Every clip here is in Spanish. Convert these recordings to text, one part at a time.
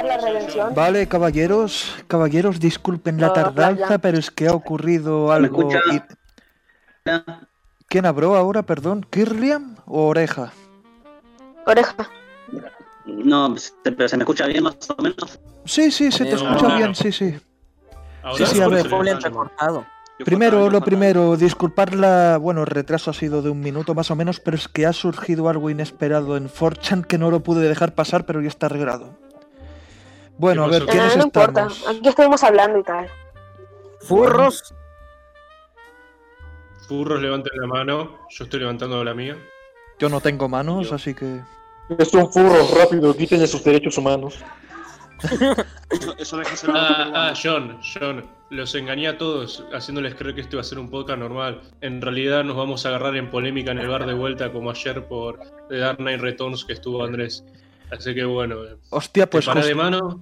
la redención. Vale, caballeros, disculpen la tardanza, pero es que ha ocurrido algo. ¿Quién habló ahora, perdón? ¿Kirlian o Oreja? Oreja. No, pero se me escucha bien más o menos. Sí, se te escucha bien, sí. Ahora Sí, a ver. Primero, disculpar el retraso ha sido de 1 minuto más o menos, pero es que ha surgido algo inesperado en 4chan que no lo pude dejar pasar, pero ya está arreglado. Bueno, a ver, ¿quiénes no estamos? importa, aquí estuvimos hablando y tal. ¡Furros! Furros, levanten la mano. Yo estoy levantando la mía. Yo no tengo manos, así que... Es un furro, rápido, quítenle sus derechos humanos. John, los engañé a todos haciéndoles creer que esto iba a ser un podcast normal. En realidad nos vamos a agarrar en polémica en el bar de vuelta como ayer por The Dark Knight Returns que estuvo Andrés. Así que bueno. Hostia, pues... ¿Te parás de mano?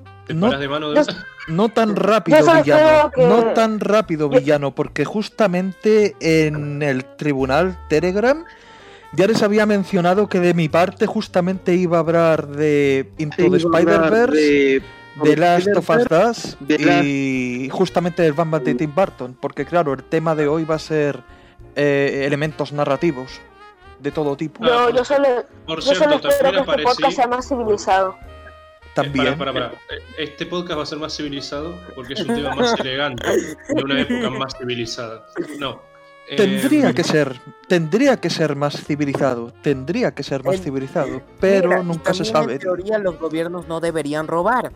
No tan rápido, villano. No tan rápido, villano, porque justamente en el tribunal Telegram ya les había mencionado que de mi parte justamente iba a hablar de Into the Spider-Verse, de Last of Us 2 y justamente del Batman de Tim Burton, porque claro, el tema de hoy va a ser elementos narrativos de todo tipo. Yo solo espero que este podcast sea más civilizado. También. Para. Este podcast va a ser más civilizado porque es un tema más elegante de una época más civilizada. No. Tendría que ser más civilizado. Pero mira, nunca se sabe. En teoría, los gobiernos no deberían robar.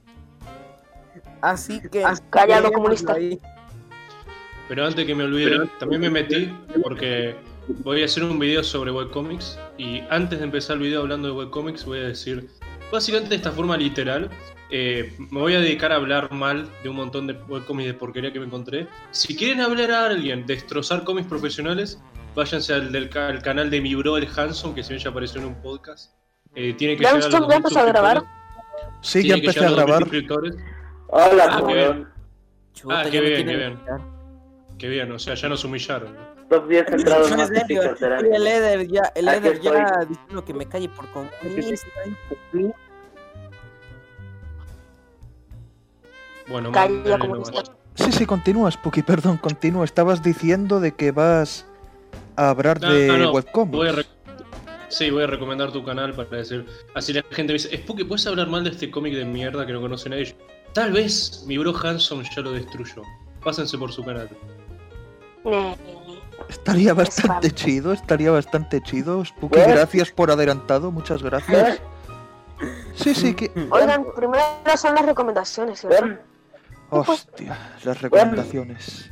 Así que. Callado, comunista. Pero antes que me olvide, también me metí porque voy a hacer un video sobre webcomics. Y antes de empezar el video hablando de webcomics, voy a decir. Básicamente de esta forma literal, me voy a dedicar a hablar mal de un montón de webcomics de porquería que me encontré. Si quieren hablar a alguien, destrozar cómics profesionales, váyanse al canal de mi bro, el Hanson, que se me ya apareció en un podcast. Tiene que ¿Ya llegar a los empezó a grabar? Sí, ya empecé a grabar. Hola, qué bien. Qué bien, o sea, ya nos humillaron. 2 días entrados más. El Eder ya diciendo que me calle por comunista. Bueno, Calla, comunista. Sí, continúa, Spooky, perdón, continúa. Estabas diciendo de que vas a hablar de webcomics. Sí, voy a recomendar tu canal para decir. Así la gente me dice, Spooky, ¿puedes hablar mal de este cómic de mierda que no conoce nadie? Tal vez mi bro Hanson ya lo destruyó. Pásense por su canal. Estaría bastante chido, Spooky, gracias por adelantado, muchas gracias. Sí, que... Oigan, primero son las recomendaciones, ¿cierto? Hostia, las recomendaciones.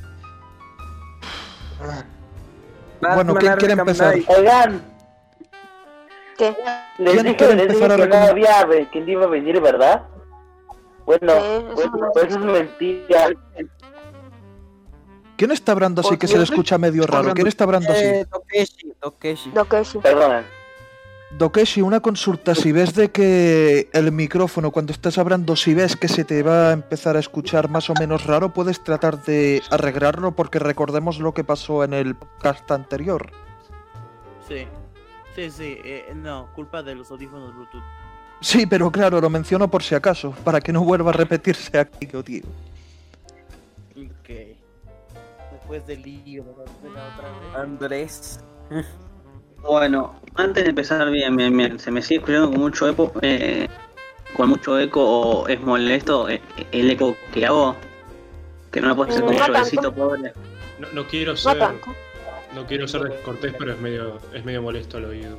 Bueno, ¿quién quiere empezar? Oigan, ¿qué? les dije que no iba a venir, ¿verdad? Bueno, pues es mentira. ¿Quién está hablando así que se le escucha medio raro? ¿Quién está hablando así? Dokeshi. Perdona. Dokeshi, una consulta. Si ves de que el micrófono cuando estás hablando, si ves que se te va a empezar a escuchar más o menos raro, puedes tratar de arreglarlo porque recordemos lo que pasó en el podcast anterior. Sí, no, culpa de los audífonos Bluetooth. Sí, pero claro, lo menciono por si acaso, para que no vuelva a repetirse aquí, tío. Ok. Después del lío, otra vez. Andrés. Bueno, antes de empezar bien. Se me sigue escuchando con mucho eco o es molesto el eco que hago. Que no lo puedo hacer con suavecito, pobre. No quiero ser descortés, pero es medio molesto al oído.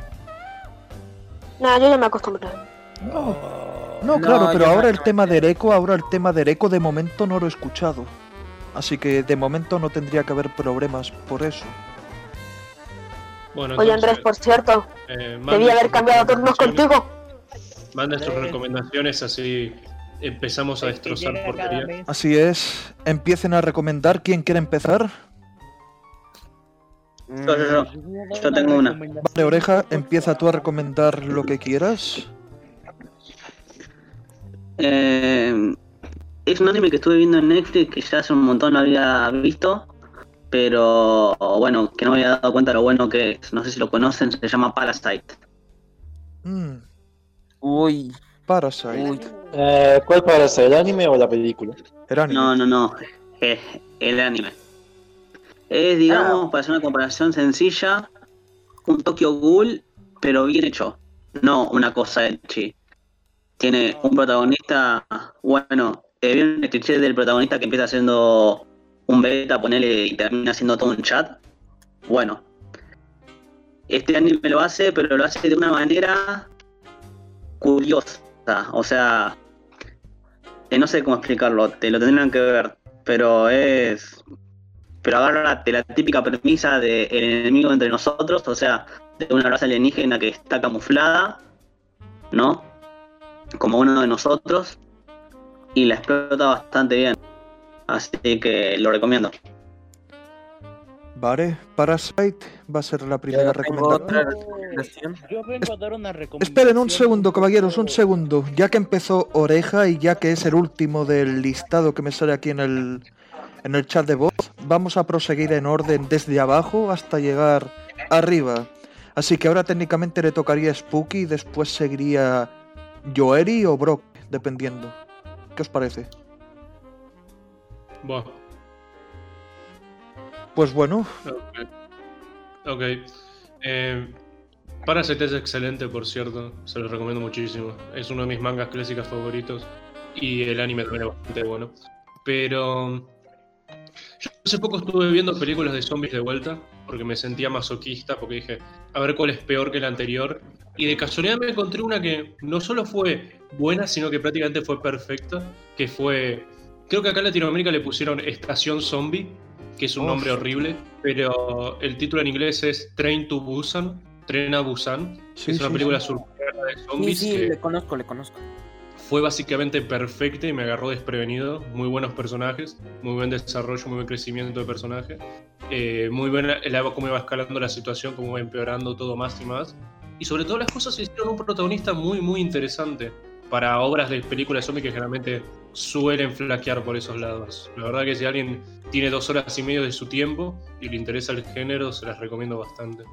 No, yo ya me acostumbré. No, claro, pero ahora el tema del eco, de momento no lo he escuchado. Así que de momento no tendría que haber problemas por eso. Bueno, oye, Andrés, por cierto, debí haber cambiado turnos contigo. Manda tus recomendaciones, así empezamos a destrozar porquería. Así es, empiecen a recomendar. ¿Quién quiere empezar? Yo tengo una. Vale, Oreja, empieza tú a recomendar lo que quieras. Es un anime que estuve viendo en Netflix que ya hace un montón no había visto, pero bueno, que no me había dado cuenta de lo bueno que es. No sé si lo conocen, se llama Parasite. Uy, Parasite. ¿Cuál Parasite? ¿El anime o la película? El anime. No. El anime. Es, digamos, para hacer una comparación sencilla, un Tokyo Ghoul, pero bien hecho. No una cosa ecchi. Tiene un protagonista, bueno, ¿vieron el cliché del protagonista que empieza haciendo un beta, ponele, y termina haciendo todo un chat? Bueno, este anime lo hace, pero lo hace de una manera curiosa. O sea, no sé cómo explicarlo, te lo tendrán que ver, pero agarra la típica premisa de el enemigo entre nosotros, o sea, de una raza alienígena que está camuflada, ¿no? Como uno de nosotros, y la explota bastante bien. Así que lo recomiendo. Vale, Parasite va a ser la primera recomendación. Yo vengo a dar una recomendación. Esperen un segundo, caballeros, un segundo. Ya que empezó Oreja y ya que es el último del listado que me sale aquí en el chat de voz, vamos a proseguir en orden desde abajo hasta llegar arriba. Así que ahora técnicamente le tocaría Spooky y después seguiría Yoeri o Brock, dependiendo. ¿Qué os parece? Bueno. Pues bueno. Ok. Parasite es excelente, por cierto. Se los recomiendo muchísimo. Es uno de mis mangas clásicos favoritos. Y el anime también es bastante bueno. Pero yo hace poco estuve viendo películas de zombies de vuelta, porque me sentía masoquista, porque dije, a ver cuál es peor que la anterior. Y de casualidad me encontré una que no solo fue buena, sino que prácticamente fue perfecta, que fue... Creo que acá en Latinoamérica le pusieron Estación Zombie, que es un nombre horrible, pero el título en inglés es Train to Busan, Tren a Busan, que es una película surcoreana de zombies. Sí, que le conozco. fue básicamente perfecta y me agarró desprevenido. Muy buenos personajes, muy buen desarrollo, muy buen crecimiento de personaje. Muy buena cómo iba escalando la situación, cómo iba empeorando todo más y más. Y sobre todo las cosas se hicieron un protagonista muy, muy interesante para obras de películas zombies que generalmente suelen flaquear por esos lados. La verdad que si alguien tiene 2 horas y media de su tiempo y le interesa el género, se las recomiendo bastante.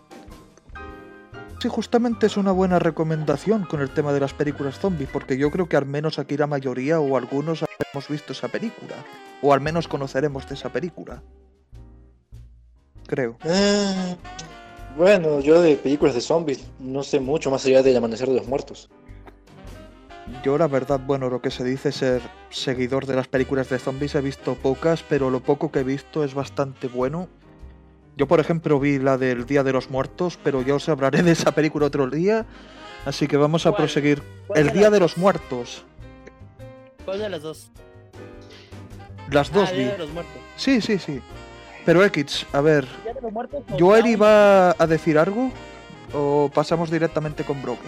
Sí, justamente es una buena recomendación con el tema de las películas zombies, porque yo creo que al menos aquí la mayoría o algunos hemos visto esa película, o al menos conoceremos de esa película. Creo. Bueno, yo de películas de zombies no sé mucho más allá del Amanecer de los Muertos. Yo la verdad, bueno, lo que se dice ser seguidor de las películas de zombies he visto pocas, pero lo poco que he visto es bastante bueno. Yo, por ejemplo, vi la del Día de los Muertos, pero ya os hablaré de esa película otro día, así que vamos a proseguir. El Día de los Muertos. ¿Cuál de las dos? Las dos vi. Día de los Muertos. Sí. Pero X, a ver, ¿Yoeri va a decir algo o pasamos directamente con Broke?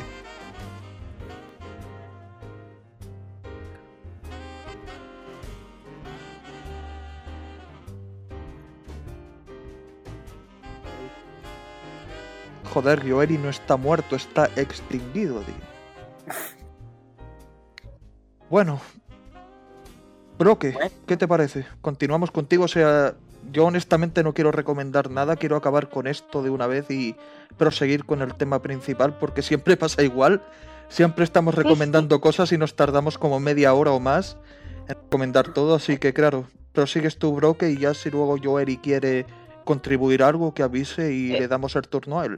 Joder, Yoeri no está muerto, está extinguido, tío. Bueno, Broke, ¿qué te parece? Continuamos contigo, o sea, yo honestamente no quiero recomendar nada, quiero acabar con esto de una vez y proseguir con el tema principal, porque siempre pasa igual, siempre estamos recomendando cosas y nos tardamos como media hora o más en recomendar todo, así que claro, prosigues tú, Broke, y ya si luego Yoeri quiere contribuir algo, que avise y le damos el turno a él.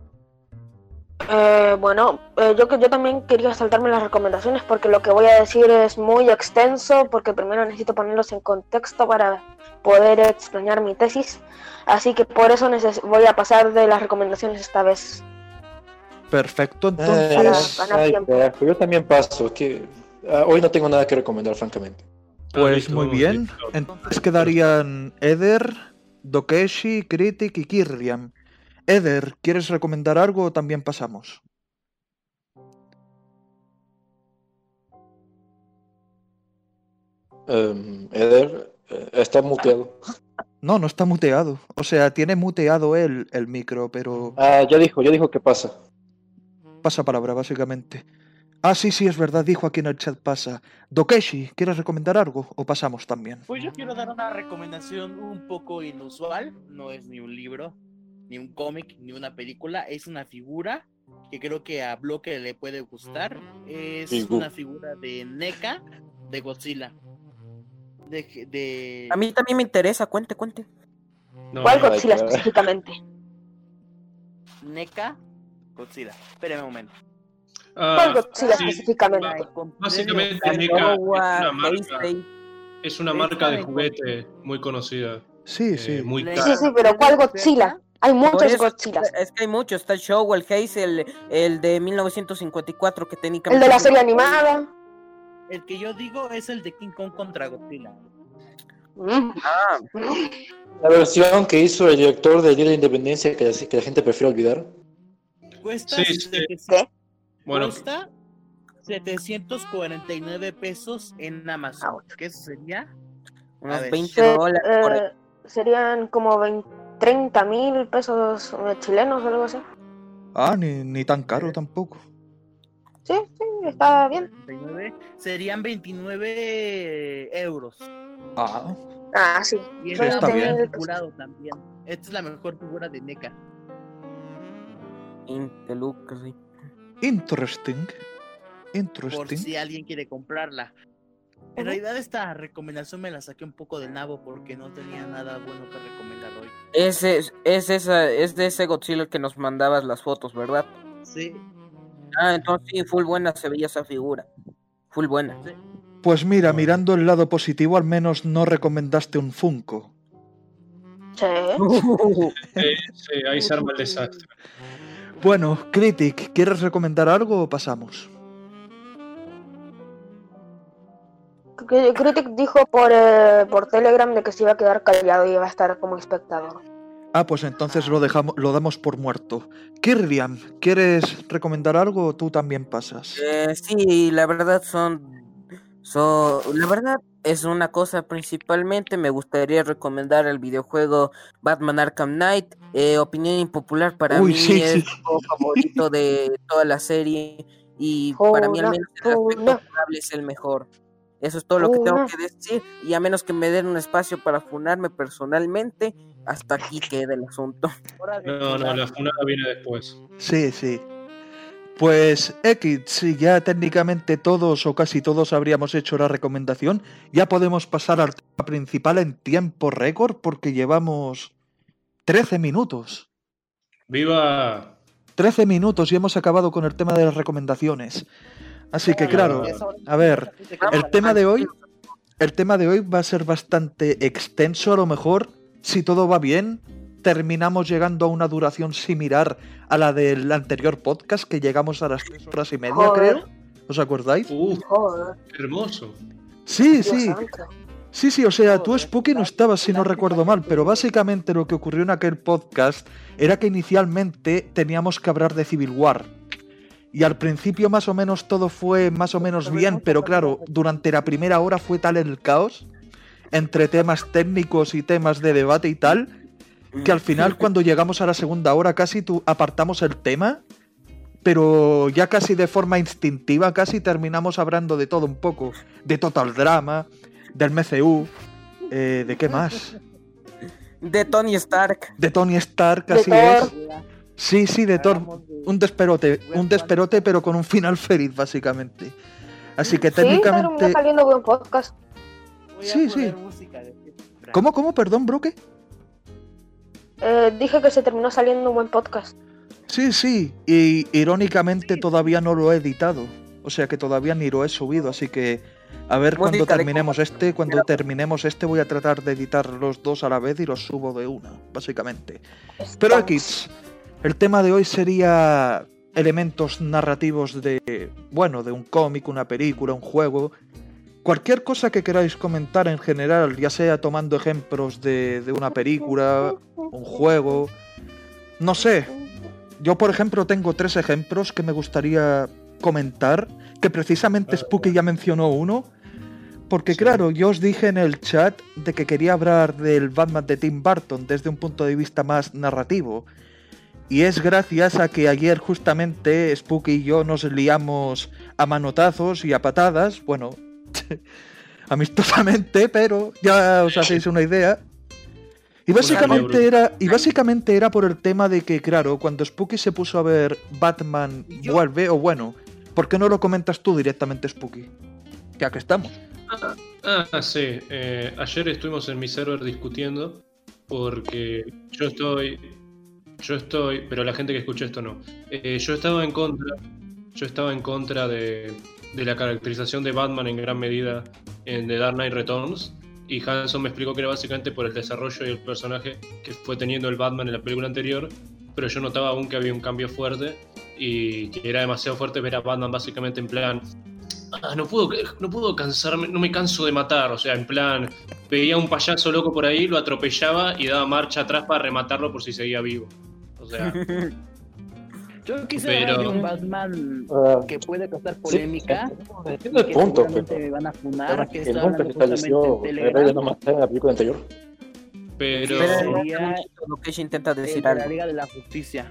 Yo también quería saltarme las recomendaciones porque lo que voy a decir es muy extenso, porque primero necesito ponerlos en contexto para poder explañar mi tesis, así que por eso voy a pasar de las recomendaciones esta vez. Perfecto, entonces... Yo también paso, que hoy no tengo nada que recomendar, francamente. Pues muy bien, entonces quedarían Eder, Dokeshi, Critic y Kirlian. Eder, ¿quieres recomendar algo o también pasamos? Eder, está muteado. No está muteado. O sea, tiene muteado el micro, pero... Ya dijo que pasa. Pasa palabra, básicamente. Sí, es verdad, dijo aquí en el chat pasa. Dokeshi, ¿quieres recomendar algo o pasamos también? Pues yo quiero dar una recomendación un poco inusual. No es ni un libro, ni un cómic, ni una película. Es una figura que creo que a Bloque le puede gustar. Es una figura de NECA de Godzilla. A mí también me interesa, cuente. No, ¿cuál Godzilla específicamente? NECA Godzilla. Espérame un momento. ¿Cuál Godzilla específicamente? Básicamente NECA es una marca de juguete muy conocida. Sí. Muy cara. Sí, pero ¿cuál Godzilla? Hay muchos Godzilla. Es que hay muchos. Está el Showa, el Heisei, el de 1954 que técnicamente... El de la serie animada. El que yo digo es el de King Kong contra Godzilla. La versión que hizo el director del Día de la Independencia que la gente prefiere olvidar. Cuesta cuesta 749 pesos en Amazon. ¿Qué eso sería? Unos $20 por ahí. Serían como 30,000 pesos chilenos o algo así. Ni tan caro tampoco. Sí, está bien. 29, serían 29 euros. Sí. Y está bien articulado también. Esta es la mejor figura de NECA. Interesting. Por si alguien quiere comprarla. En realidad esta recomendación me la saqué un poco de nabo porque no tenía nada bueno que recomendar hoy. Es de ese Godzilla que nos mandabas las fotos, ¿verdad? Sí. Entonces sí, full buena se veía esa figura. Full buena. Sí. Pues mira, mirando el lado positivo, al menos no recomendaste un Funko. Sí, ahí se arma el desastre. Bueno, Critic, ¿quieres recomendar algo o pasamos? Critic dijo por Telegram de que se iba a quedar callado y iba a estar como espectador. Pues entonces lo damos por muerto. Kirlian, ¿quieres recomendar algo o tú también pasas? Sí, la verdad la verdad es una cosa. Principalmente me gustaría recomendar el videojuego Batman Arkham Knight. Opinión impopular para mí es el juego favorito de toda la serie y para mí al menos el aspecto jugable es el mejor. Eso es todo lo que tengo que decir, y a menos que me den un espacio para funarme personalmente, hasta aquí queda el asunto. No, la funada viene después. Sí. Pues si ya técnicamente todos o casi todos habríamos hecho la recomendación, ya podemos pasar al tema principal en tiempo récord porque llevamos 13 minutos. ¡Viva! 13 minutos y hemos acabado con el tema de las recomendaciones. Así que claro, a ver, el tema de hoy va a ser bastante extenso. A lo mejor, si todo va bien, terminamos llegando a una duración similar a la del anterior podcast, que llegamos a las 3 horas y media, creo. ¿Os acordáis? Hermoso. Sí, o sea, tú, Spooky, no estabas, si no recuerdo mal, pero básicamente lo que ocurrió en aquel podcast era que inicialmente teníamos que hablar de Civil War. Y al principio más o menos todo fue más o menos bien, pero claro, durante la primera hora fue tal el caos, entre temas técnicos y temas de debate y tal, que al final cuando llegamos a la segunda hora casi apartamos el tema, pero ya casi de forma instintiva casi terminamos hablando de todo un poco, de Total Drama, del MCU, ¿de qué más? De Tony Stark. De Tony Stark, así es. Sí, de Thor. Un desperote, pero con un final feliz, básicamente. Así que técnicamente... Sí, saliendo buen podcast. Sí. ¿Cómo? Perdón, Broque. Dije que se terminó saliendo un buen podcast. Sí. Y irónicamente todavía no lo he editado. O sea que todavía ni lo he subido. Así que a ver cuando terminemos este. Cuando terminemos este voy a tratar de editar los dos a la vez y los subo de una, básicamente. Pero aquí... El tema de hoy sería elementos narrativos de un cómic, una película, un juego. Cualquier cosa que queráis comentar en general, ya sea tomando ejemplos de una película, un juego. No sé. Yo, por ejemplo, tengo 3 ejemplos que me gustaría comentar, que precisamente Spooky ya mencionó uno. Porque claro, yo os dije en el chat de que quería hablar del Batman de Tim Burton desde un punto de vista más narrativo. Y es gracias a que ayer justamente Spooky y yo nos liamos a manotazos y a patadas, bueno, amistosamente, pero ya os hacéis una idea. Y básicamente era por el tema de que, claro, cuando Spooky se puso a ver Batman vuelve, o bueno, ¿por qué no lo comentas tú directamente, Spooky? Ya que estamos. Sí. Ayer estuvimos en mi server discutiendo porque yo estoy, pero la gente que escucha esto no. Yo estaba en contra de la caracterización de Batman en gran medida en The Dark Knight Returns. Y Hanson me explicó que era básicamente por el desarrollo y el personaje que fue teniendo el Batman en la película anterior, pero yo notaba aún que había un cambio fuerte y que era demasiado fuerte ver a Batman básicamente en plan, no puedo cansarme, no me canso de matar, o sea, en plan, veía un payaso loco por ahí, lo atropellaba y daba marcha atrás para rematarlo por si seguía vivo. O sea... Yo quisiera ver un Batman que puede causar polémica. Entiendo el punto, pero me van a funar, que el hombre que estableció el no matar en la película anterior. Pero lo que ella intenta decir la Liga de la Justicia.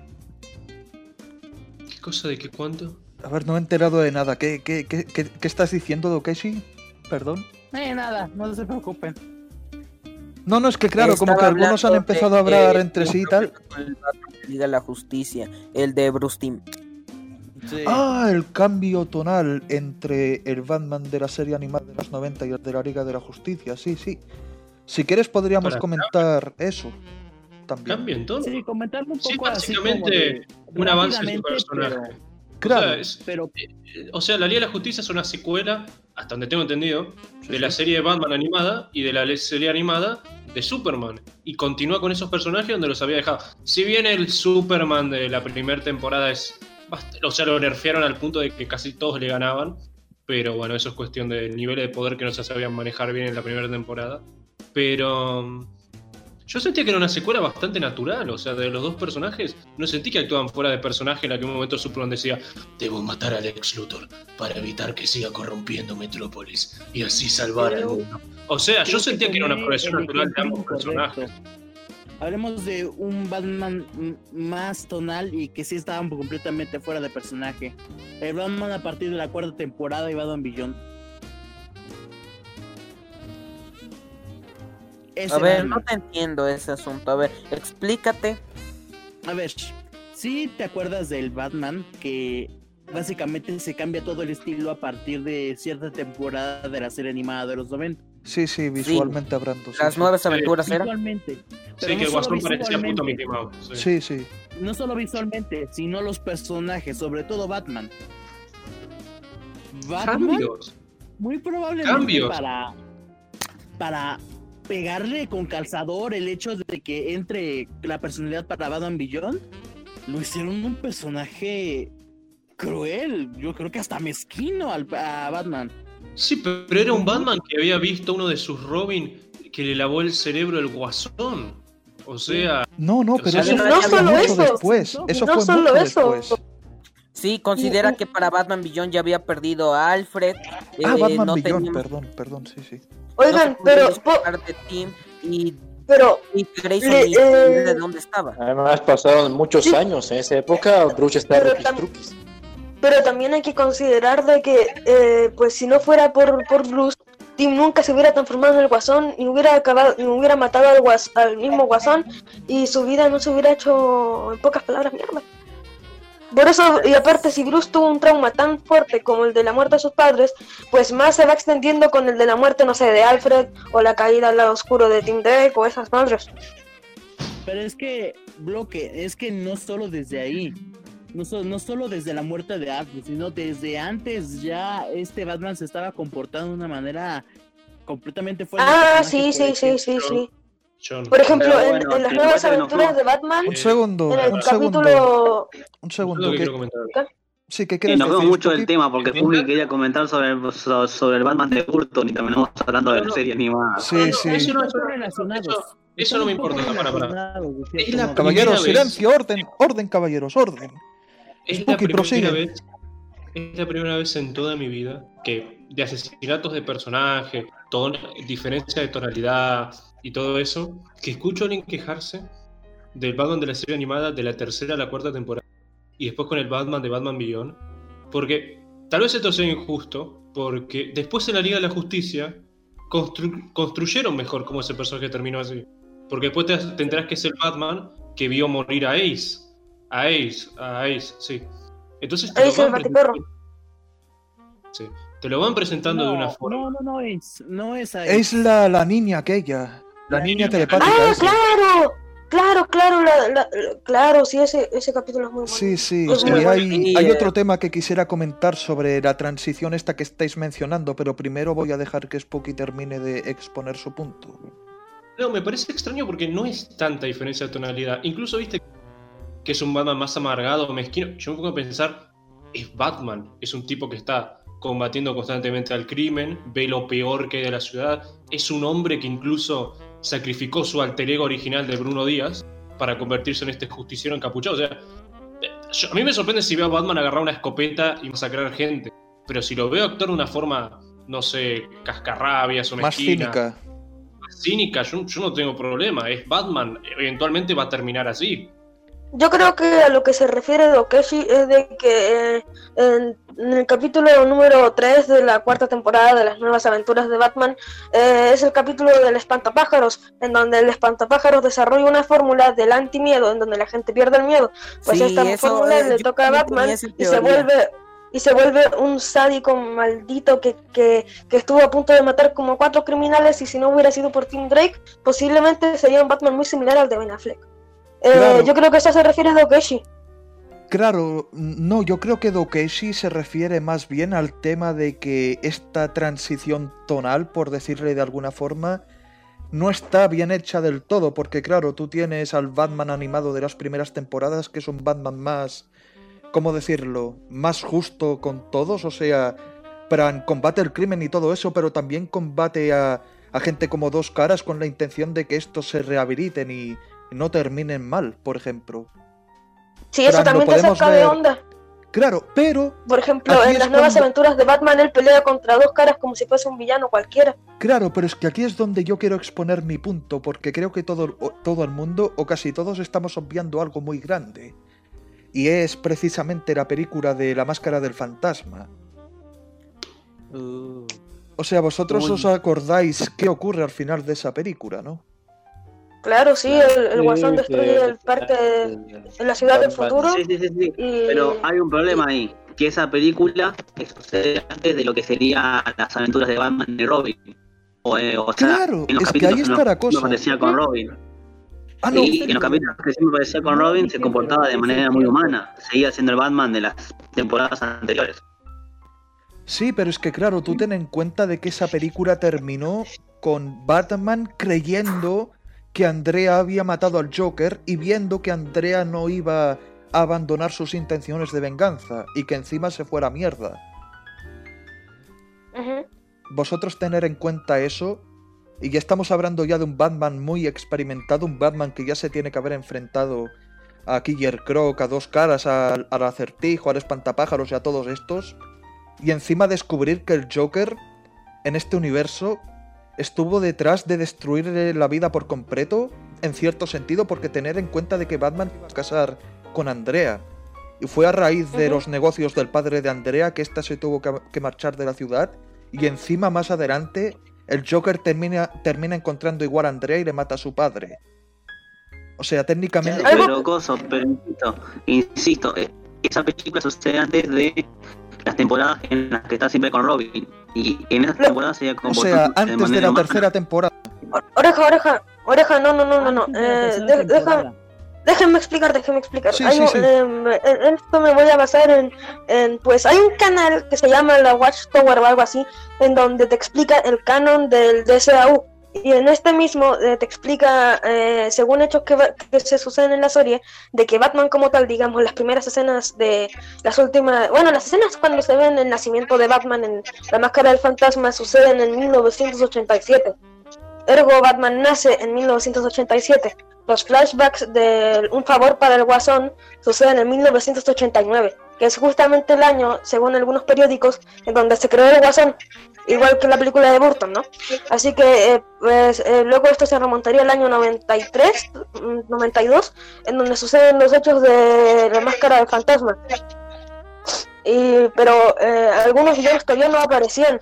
¿Qué cosa de qué cuánto? A ver, no he enterado de nada. ¿Qué estás diciendo, Dokeshi? Perdón. Nada, no se preocupen. No, es que claro, como que algunos han empezado a hablar entre sí y tal. Liga de la Justicia, el de Bruce Timm. Sí. El cambio tonal entre el Batman de la serie animada de los 90 y el de la Liga de la Justicia, sí. Si quieres podríamos comentar eso también. ¿Cambio entonces? Sí, comentarlo un poco. Sí, básicamente un avance de su personaje. Claro. O sea, la Liga de la Justicia es una secuela, hasta donde tengo entendido, de la serie de Batman animada y de la serie animada de Superman. Y continúa con esos personajes donde los había dejado. Si bien el Superman de la primera temporada o sea, lo nerfearon al punto de que casi todos le ganaban. Pero bueno, eso es cuestión del nivel de poder que no se sabían manejar bien en la primera temporada. Pero... yo sentía que era una secuela bastante natural, o sea, de los dos personajes, no sentí que actuaban fuera de personaje en aquel momento Superman decía, debo matar a Lex Luthor para evitar que siga corrompiendo Metrópolis y así salvar al mundo. O sea, yo sentía que era una progresión natural de ambos personajes. Hablemos de un Batman más tonal y que sí estaban completamente fuera de personaje. El Batman a partir de la cuarta temporada y Batman Beyond. A ver, no te entiendo ese asunto. A ver, explícate. A ver, ¿sí te acuerdas del Batman que básicamente se cambia todo el estilo a partir de cierta temporada de la serie animada de los 90? Sí, visualmente hablando. Las nuevas aventuras eran. Visualmente. Sí, que el Guasón parecía puto Mickey Mouse. Sí. No solo visualmente, sino los personajes, sobre todo Batman. Cambios. Muy probablemente para pegarle con calzador el hecho de que entre la personalidad para Batman Beyond, lo hicieron un personaje cruel, yo creo que hasta mezquino a Batman. Sí, pero era un Batman que había visto uno de sus Robin que le lavó el cerebro el Guasón. O sea... No, pero eso no fue solo mucho eso. después. Eso no fue solo mucho eso. después. Sí, considera que para Batman Beyond ya había perdido a Alfred. Batman no Beyond, teníamos... perdón, sí. Oigan, no pero... de Tim y Grayson ¿de dónde estaba? Además pasaron muchos años. En esa época Bruce estaba truquis. Pero también hay que considerar de que, pues si no fuera por Bruce, Tim nunca se hubiera transformado en el Guasón, ni hubiera matado al mismo Guasón, y su vida no se hubiera hecho, en pocas palabras, mierda. Por eso, y aparte, si Bruce tuvo un trauma tan fuerte como el de la muerte de sus padres, pues más se va extendiendo con el de la muerte, no sé, de Alfred, o la caída al lado oscuro de Tim Drake, o esas madres. Pero es que, no solo desde ahí, no solo desde la muerte de Alfred, sino desde antes ya este Batman se estaba comportando de una manera completamente fuera de sí. Por ejemplo, en las nuevas aventuras de Batman, un segundo. Sí, que nos vemos mucho del tema porque Fugi quería comentar sobre el Batman de Burton y terminamos hablando de la serie animada. Sí. Eso no me importa. Para. Caballeros, silencio, orden, caballeros, orden. Es la primera vez en toda mi vida que de asesinatos de personaje, diferencia de tonalidad y todo eso, que escucho a alguien quejarse del Batman de la serie animada de la tercera a la cuarta temporada y después con el Batman de Batman Beyond, porque tal vez esto sea injusto, porque después en la Liga de la Justicia construyeron mejor cómo ese personaje terminó así. Porque después te enterás que es el Batman que vio morir a Ace. A Ace, sí. Entonces te Ace, el Batiperro. Sí. Te lo van presentando de una forma. No es Ace. Es la niña aquella. La niña telepática. ¡Ah, claro! Claro, sí, ese capítulo es muy bueno. Sí. Y hay otro tema que quisiera comentar sobre la transición esta que estáis mencionando, pero primero voy a dejar que Spooky termine de exponer su punto. No, me parece extraño porque no es tanta diferencia de tonalidad. Incluso viste que es un Batman más amargado, mezquino. Yo me pongo a pensar, es Batman. Es un tipo que está combatiendo constantemente al crimen, ve lo peor que hay de la ciudad. Es un hombre que incluso sacrificó su alter ego original de Bruno Díaz para convertirse en este justiciero encapuchado. O sea, a mí me sorprende si veo a Batman agarrar una escopeta y masacrar gente. Pero si lo veo actuar de una forma, no sé, cascarrabias o mezquina, más cínica, yo no tengo problema. Es Batman, eventualmente va a terminar así. Yo creo que a lo que se refiere Dokeshi es de que en el capítulo número 3 de la cuarta temporada de las nuevas aventuras de Batman es el capítulo del espantapájaros, en donde el espantapájaros desarrolla una fórmula del antimiedo, en donde la gente pierde el miedo. Pues sí, esta fórmula le toca a Batman y se vuelve un sádico maldito que estuvo a punto de matar como 4 criminales, y si no hubiera sido por Tim Drake, posiblemente sería un Batman muy similar al de Ben Affleck. Claro. Yo creo que eso se refiere a Dokeshi. Claro, no, yo creo que Dokeshi se refiere más bien al tema de que esta transición tonal, por decirle de alguna forma, no está bien hecha del todo, porque claro, tú tienes al Batman animado de las primeras temporadas, que es un Batman más, ¿cómo decirlo?, más justo con todos, o sea, combate el crimen y todo eso, pero también combate a gente como Dos Caras con la intención de que estos se rehabiliten y no terminen mal, por ejemplo. Sí, eso también te saca de onda. Claro, pero... Por ejemplo, en las nuevas aventuras de Batman, él pelea contra Dos Caras como si fuese un villano cualquiera. Claro, pero es que aquí es donde yo quiero exponer mi punto, porque creo que todo el mundo, o casi todos, estamos obviando algo muy grande. Y es precisamente la película de La Máscara del Fantasma. O sea, vosotros os acordáis qué ocurre al final de esa película, ¿no? Claro, sí, el Guasón destruye el parque en la ciudad del futuro. Sí. Pero hay un problema ahí, que esa película sucede antes de lo que serían las aventuras de Batman y Robin. O sea, claro, en los es que ahí está la cosa. Aparecía con Robin. Y en los capítulos que siempre aparecía con Robin se comportaba de manera muy humana. Seguía siendo el Batman de las temporadas anteriores. Sí, pero es que claro, tú ten en cuenta de que esa película terminó con Batman creyendo que Andrea había matado al Joker y viendo que Andrea no iba a abandonar sus intenciones de venganza y que encima se fuera a mierda. Vosotros tener en cuenta eso, y ya estamos hablando ya de un Batman muy experimentado, un Batman que ya se tiene que haber enfrentado a Killer Croc, a Dos Caras, al Acertijo, al Espantapájaros y a todos estos, y encima descubrir que el Joker en este universo estuvo detrás de destruirle la vida por completo, en cierto sentido, porque tener en cuenta de que Batman iba a casar con Andrea, y fue a raíz de los negocios del padre de Andrea que ésta se tuvo que marchar de la ciudad, y encima más adelante el Joker termina encontrando igual a Andrea y le mata a su padre. O sea, técnicamente... Pero insisto, esa película sucede antes de las temporadas en las que está siempre con Robin. Y en esas temporadas se o sea, antes de la tercera temporada. Oreja, no. Déjenme explicar. Sí. En esto me voy a basar en pues hay un canal que se llama la Watchtower o algo así, en donde te explica el canon del DCAU. Y en este mismo te explica, según hechos que se suceden en la serie, de que Batman como tal, digamos, las primeras escenas de las últimas... Bueno, las escenas cuando se ven el nacimiento de Batman en La Máscara del Fantasma suceden en 1987. Ergo, Batman nace en 1987. Los flashbacks de Un favor para el Guasón suceden en 1989, que es justamente el año, según algunos periódicos, en donde se creó el Guasón. Igual que la película de Burton, ¿no? Así que luego esto se remontaría al año 93, 92, en donde suceden los hechos de La Máscara del Fantasma. Pero algunos villanos todavía no aparecían.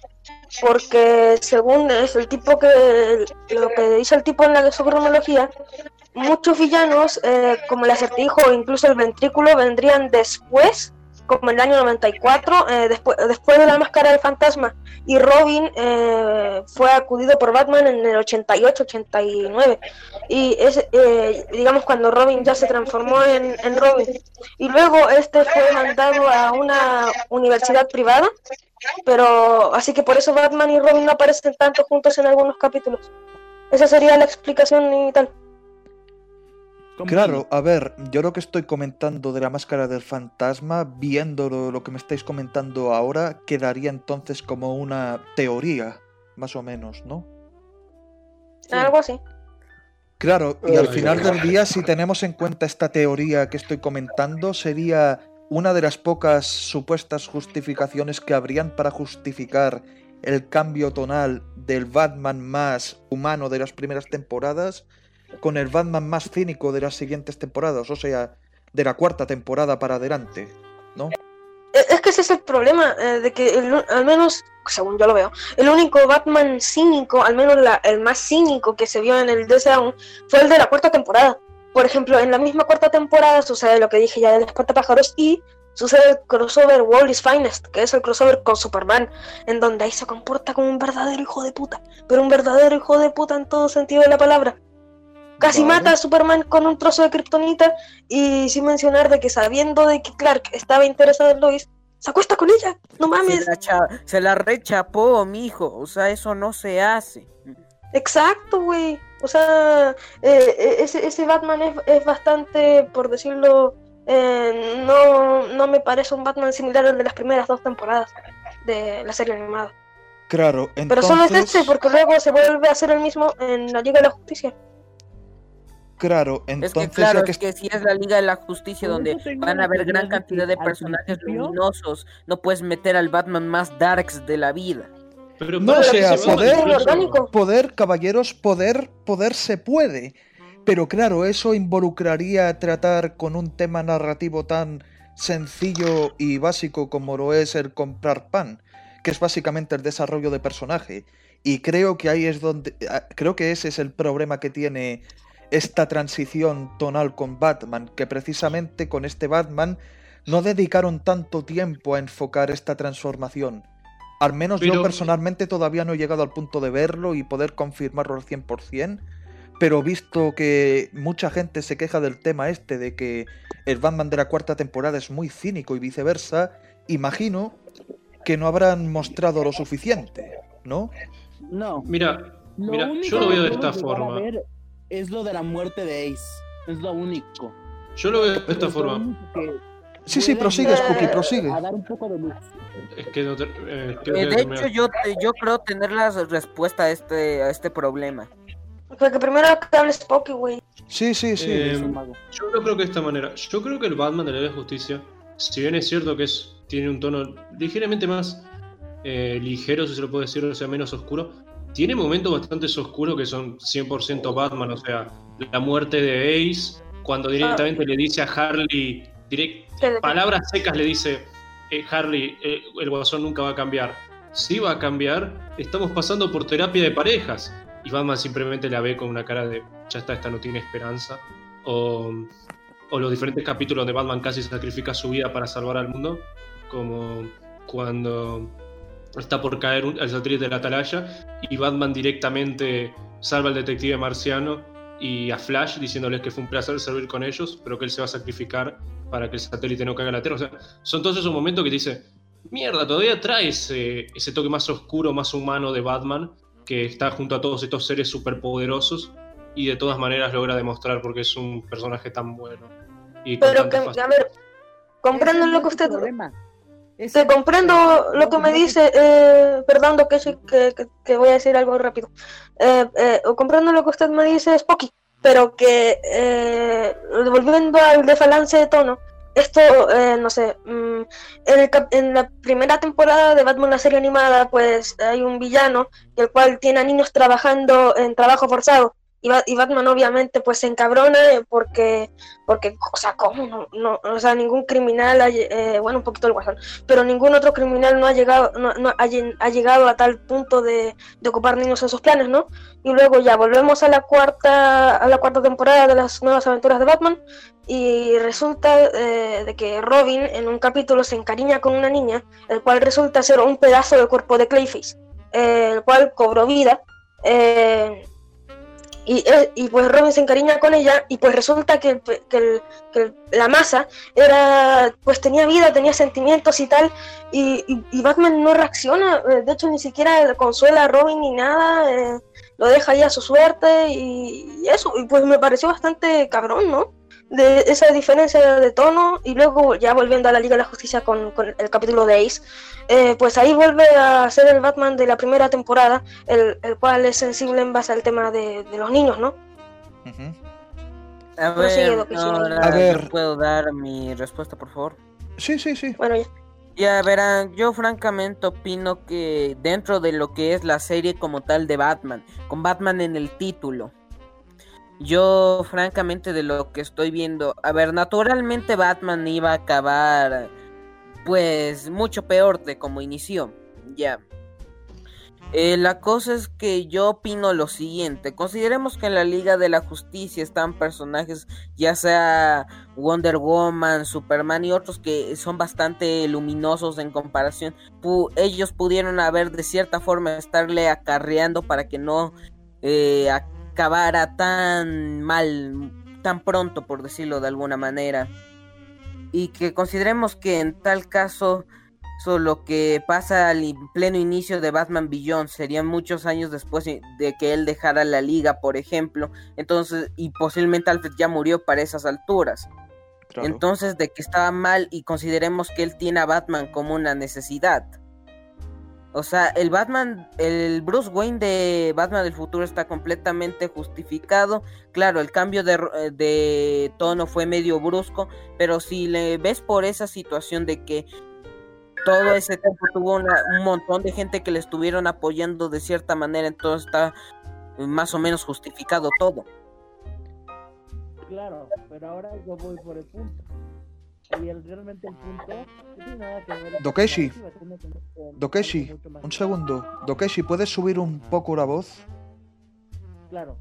porque según es el tipo que lo que dice el tipo en su cronología, muchos villanos como el Acertijo o incluso el Ventrículo vendrían después, como en el año 94, después de la Máscara del Fantasma, y Robin fue acudido por Batman en el 88-89, y es digamos cuando Robin ya se transformó en Robin, y luego fue mandado a una universidad privada, pero así que por eso Batman y Robin no aparecen tanto juntos en algunos capítulos. Esa sería la explicación y tal. Claro, a ver, yo lo que estoy comentando de la Máscara del Fantasma, viendo lo que me estáis comentando ahora, quedaría entonces como una teoría, más o menos, ¿no? Sí. Algo así. Claro, y al final del día, si tenemos en cuenta esta teoría que estoy comentando, sería una de las pocas supuestas justificaciones que habrían para justificar el cambio tonal del Batman más humano de las primeras temporadas con el Batman más cínico de las siguientes temporadas, o sea, de la cuarta temporada para adelante, ¿no? Es que ese es el problema, de que al menos, según yo lo veo, el único Batman cínico, al menos el más cínico que se vio en el DC aún, fue el de la cuarta temporada. Por ejemplo, en la misma cuarta temporada sucede lo que dije ya de los Espantapájaros y sucede el crossover World is Finest, que es el crossover con Superman, en donde ahí se comporta como un verdadero hijo de puta, pero un verdadero hijo de puta en todo sentido de la palabra. Casi mata a Superman con un trozo de kriptonita, y sin mencionar de que sabiendo de que Clark estaba interesado en Lois, se acuesta con ella. No mames. Se la rechapó, mijo. O sea, eso no se hace. Exacto, güey. O sea, ese Batman es bastante, por decirlo, no me parece un Batman similar al de las primeras 2 temporadas de la serie animada. Claro, entonces... Pero solo es porque luego se vuelve a hacer el mismo en la Liga de la Justicia. Claro, entonces... Es que si es la Liga de la Justicia donde van a haber gran cantidad de personajes luminosos, no puedes meter al Batman más darks de la vida. Pero no, o sea, poder, caballeros, poder se puede. Pero claro, eso involucraría tratar con un tema narrativo tan sencillo y básico como lo es el comprar pan, que es básicamente el desarrollo de personaje. Y creo que ahí es creo que ese es el problema que tiene esta transición tonal con Batman, que precisamente con este Batman no dedicaron tanto tiempo a enfocar esta transformación. Al menos yo personalmente todavía no he llegado al punto de verlo y poder confirmarlo al 100%, pero visto que mucha gente se queja del tema de que el Batman de la cuarta temporada es muy cínico y viceversa, imagino que no habrán mostrado lo suficiente, ¿no? No. Mira, yo lo veo de esta forma. Es lo de la muerte de Ace. Es lo único. Yo lo veo de esta forma. Sí, prosigue, Spooky, prosigue. A dar un poco de luz. Es que no de hecho, yo creo tener la respuesta a este problema. Porque primero que hable Spooky, güey. Sí. Yo no creo que de esta manera. Yo creo que el Batman de la Liga de Justicia, si bien es cierto que tiene un tono ligeramente más ligero, si se lo puede decir, o sea, menos oscuro, tiene momentos bastante oscuros que son 100% Batman, o sea, la muerte de Ace, cuando directamente le dice a Harley, palabras secas le dice, Harley, el Guasón nunca va a cambiar. Sí va a cambiar, estamos pasando por terapia de parejas. Y Batman simplemente la ve con una cara de, ya está, esta no tiene esperanza. O los diferentes capítulos donde Batman casi sacrifica su vida para salvar al mundo, como cuando está por caer el satélite de la Atalaya y Batman directamente salva al detective marciano y a Flash diciéndoles que fue un placer servir con ellos, pero que él se va a sacrificar para que el satélite no caiga en la Tierra. O sea, son todos esos momentos que te dice, mierda, todavía trae ese toque más oscuro, más humano de Batman, que está junto a todos estos seres superpoderosos y de todas maneras logra demostrar porque es un personaje tan bueno. Y pero que, a ver, comprendo lo que usted... Te comprendo lo que me dice, perdón, que voy a decir algo rápido. Comprendo lo que usted me dice, Spooky, pero que volviendo al desbalance de tono, esto, no sé, en la primera temporada de Batman, la serie animada, pues hay un villano, el cual tiene a niños trabajando en trabajo forzado, y Batman obviamente pues se encabrona porque o sea, ¿cómo? No, o sea, ningún criminal, bueno, un poquito el Guasón, pero ningún otro criminal no ha llegado a tal punto de ocupar niños en sus planes, ¿no? Y luego ya volvemos a la cuarta temporada de las nuevas aventuras de Batman, y resulta de que Robin en un capítulo se encariña con una niña, el cual resulta ser un pedazo del cuerpo de Clayface, el cual cobró vida, y pues Robin se encariña con ella, y pues resulta que la masa pues tenía vida, tenía sentimientos y tal, y Batman no reacciona, de hecho ni siquiera consuela a Robin ni nada, lo deja ahí a su suerte, y eso, y pues me pareció bastante cabrón, ¿no? De esa diferencia de tono. Y luego ya volviendo a la Liga de la Justicia con el capítulo de Ace, pues ahí vuelve a ser el Batman de la primera temporada, el cual es sensible en base al tema de los niños, ¿no? A ver, ¿puedo dar mi respuesta, por favor? Sí. Bueno, ya. Ya verán, yo francamente opino que dentro de lo que es la serie como tal de Batman, con Batman en el título, yo francamente de lo que estoy viendo, a ver, naturalmente Batman iba a acabar pues mucho peor de como inició, ya. La cosa es que yo opino lo siguiente: consideremos que en la Liga de la Justicia están personajes, ya sea Wonder Woman, Superman y otros que son bastante luminosos en comparación. Ellos pudieron haber de cierta forma estarle acarreando para que no acabara tan mal, tan pronto, por decirlo de alguna manera. Y que consideremos que en tal caso lo que pasa al pleno inicio de Batman Beyond serían muchos años después de que él dejara la liga, por ejemplo. Entonces, y posiblemente Alfred ya murió para esas alturas. Claro. Entonces, de que estaba mal, y consideremos que él tiene a Batman como una necesidad. O sea, el Bruce Wayne de Batman del futuro está completamente justificado. Claro, el cambio de tono fue medio brusco, pero si le ves por esa situación de que todo ese tiempo tuvo un montón de gente que le estuvieron apoyando de cierta manera, entonces está más o menos justificado todo. Claro, pero ahora yo voy por el punto. Y realmente el punto no tiene nada que ver. Dokeshi, un segundo. Dokeshi, ¿puedes subir un poco la voz? Claro.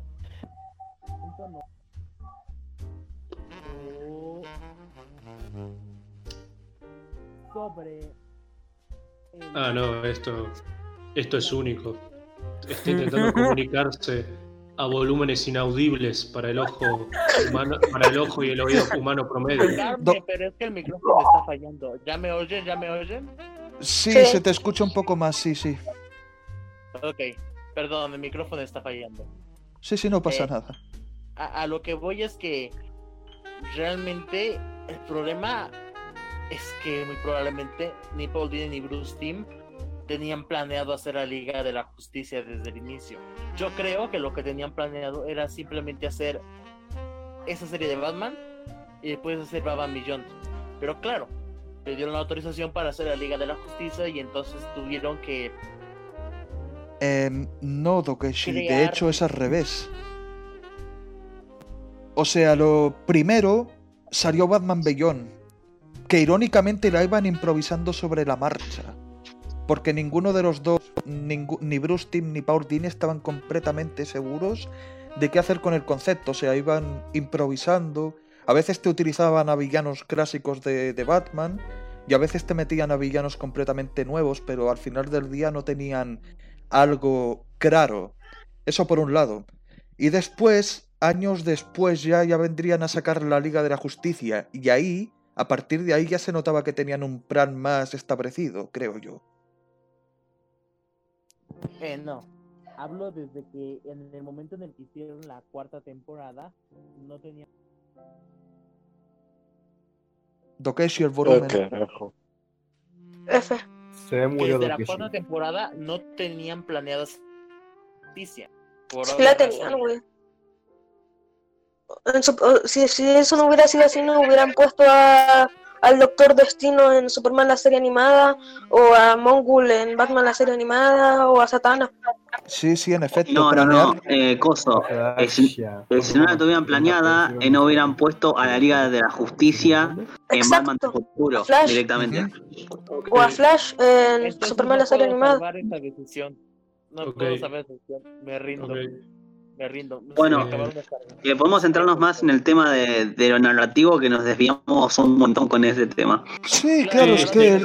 Sobre no, esto es único. Está intentando comunicarse a volúmenes inaudibles para el ojo humano, para el ojo y el oído humano promedio. Pero es que el micrófono está fallando. ¿Ya me oyen? Sí, se te escucha un poco más, sí. Ok, perdón, el micrófono está fallando. Sí, no pasa nada. A lo que voy es que realmente el problema es que muy probablemente ni Paul Dini ni Bruce Timm tenían planeado hacer la Liga de la Justicia desde el inicio. Yo creo que lo que tenían planeado era simplemente hacer esa serie de Batman y después hacer Batman Beyond. Pero claro, le dieron la autorización para hacer la Liga de la Justicia y entonces tuvieron que... No, Dokeshi, de hecho es al revés. O sea, lo primero salió Batman Beyond, que irónicamente la iban improvisando sobre la marcha. Porque ninguno de los dos, ni Bruce Timm ni Paul Dini, estaban completamente seguros de qué hacer con el concepto. O sea, iban improvisando. A veces te utilizaban a villanos clásicos de Batman, y a veces te metían a villanos completamente nuevos, pero al final del día no tenían algo claro. Eso por un lado. Y después, años después, ya vendrían a sacar la Liga de la Justicia. Y ahí, a partir de ahí, ya se notaba que tenían un plan más establecido, creo yo. No, hablo desde que en el momento en el que hicieron la cuarta temporada no tenía... Dokeshi, el volumen. F. Se murió desde Dokeshi. La cuarta temporada no tenían planeadas justicia. Sí la tenían, güey. Si eso no hubiera sido así, no hubieran puesto a al Doctor Destino en Superman la serie animada, o a Mongul en Batman la serie animada, o a Satana. Sí, en efecto. No, Coso. Si no la tuvieran planeada, no hubieran puesto a la Liga de la Justicia en Batman del futuro directamente. O a Flash en Superman la serie animada. No puedo saber esta decisión. Me rindo. Bueno, podemos centrarnos más en el tema de lo narrativo, que nos desviamos un montón con ese tema. Sí, claro, es que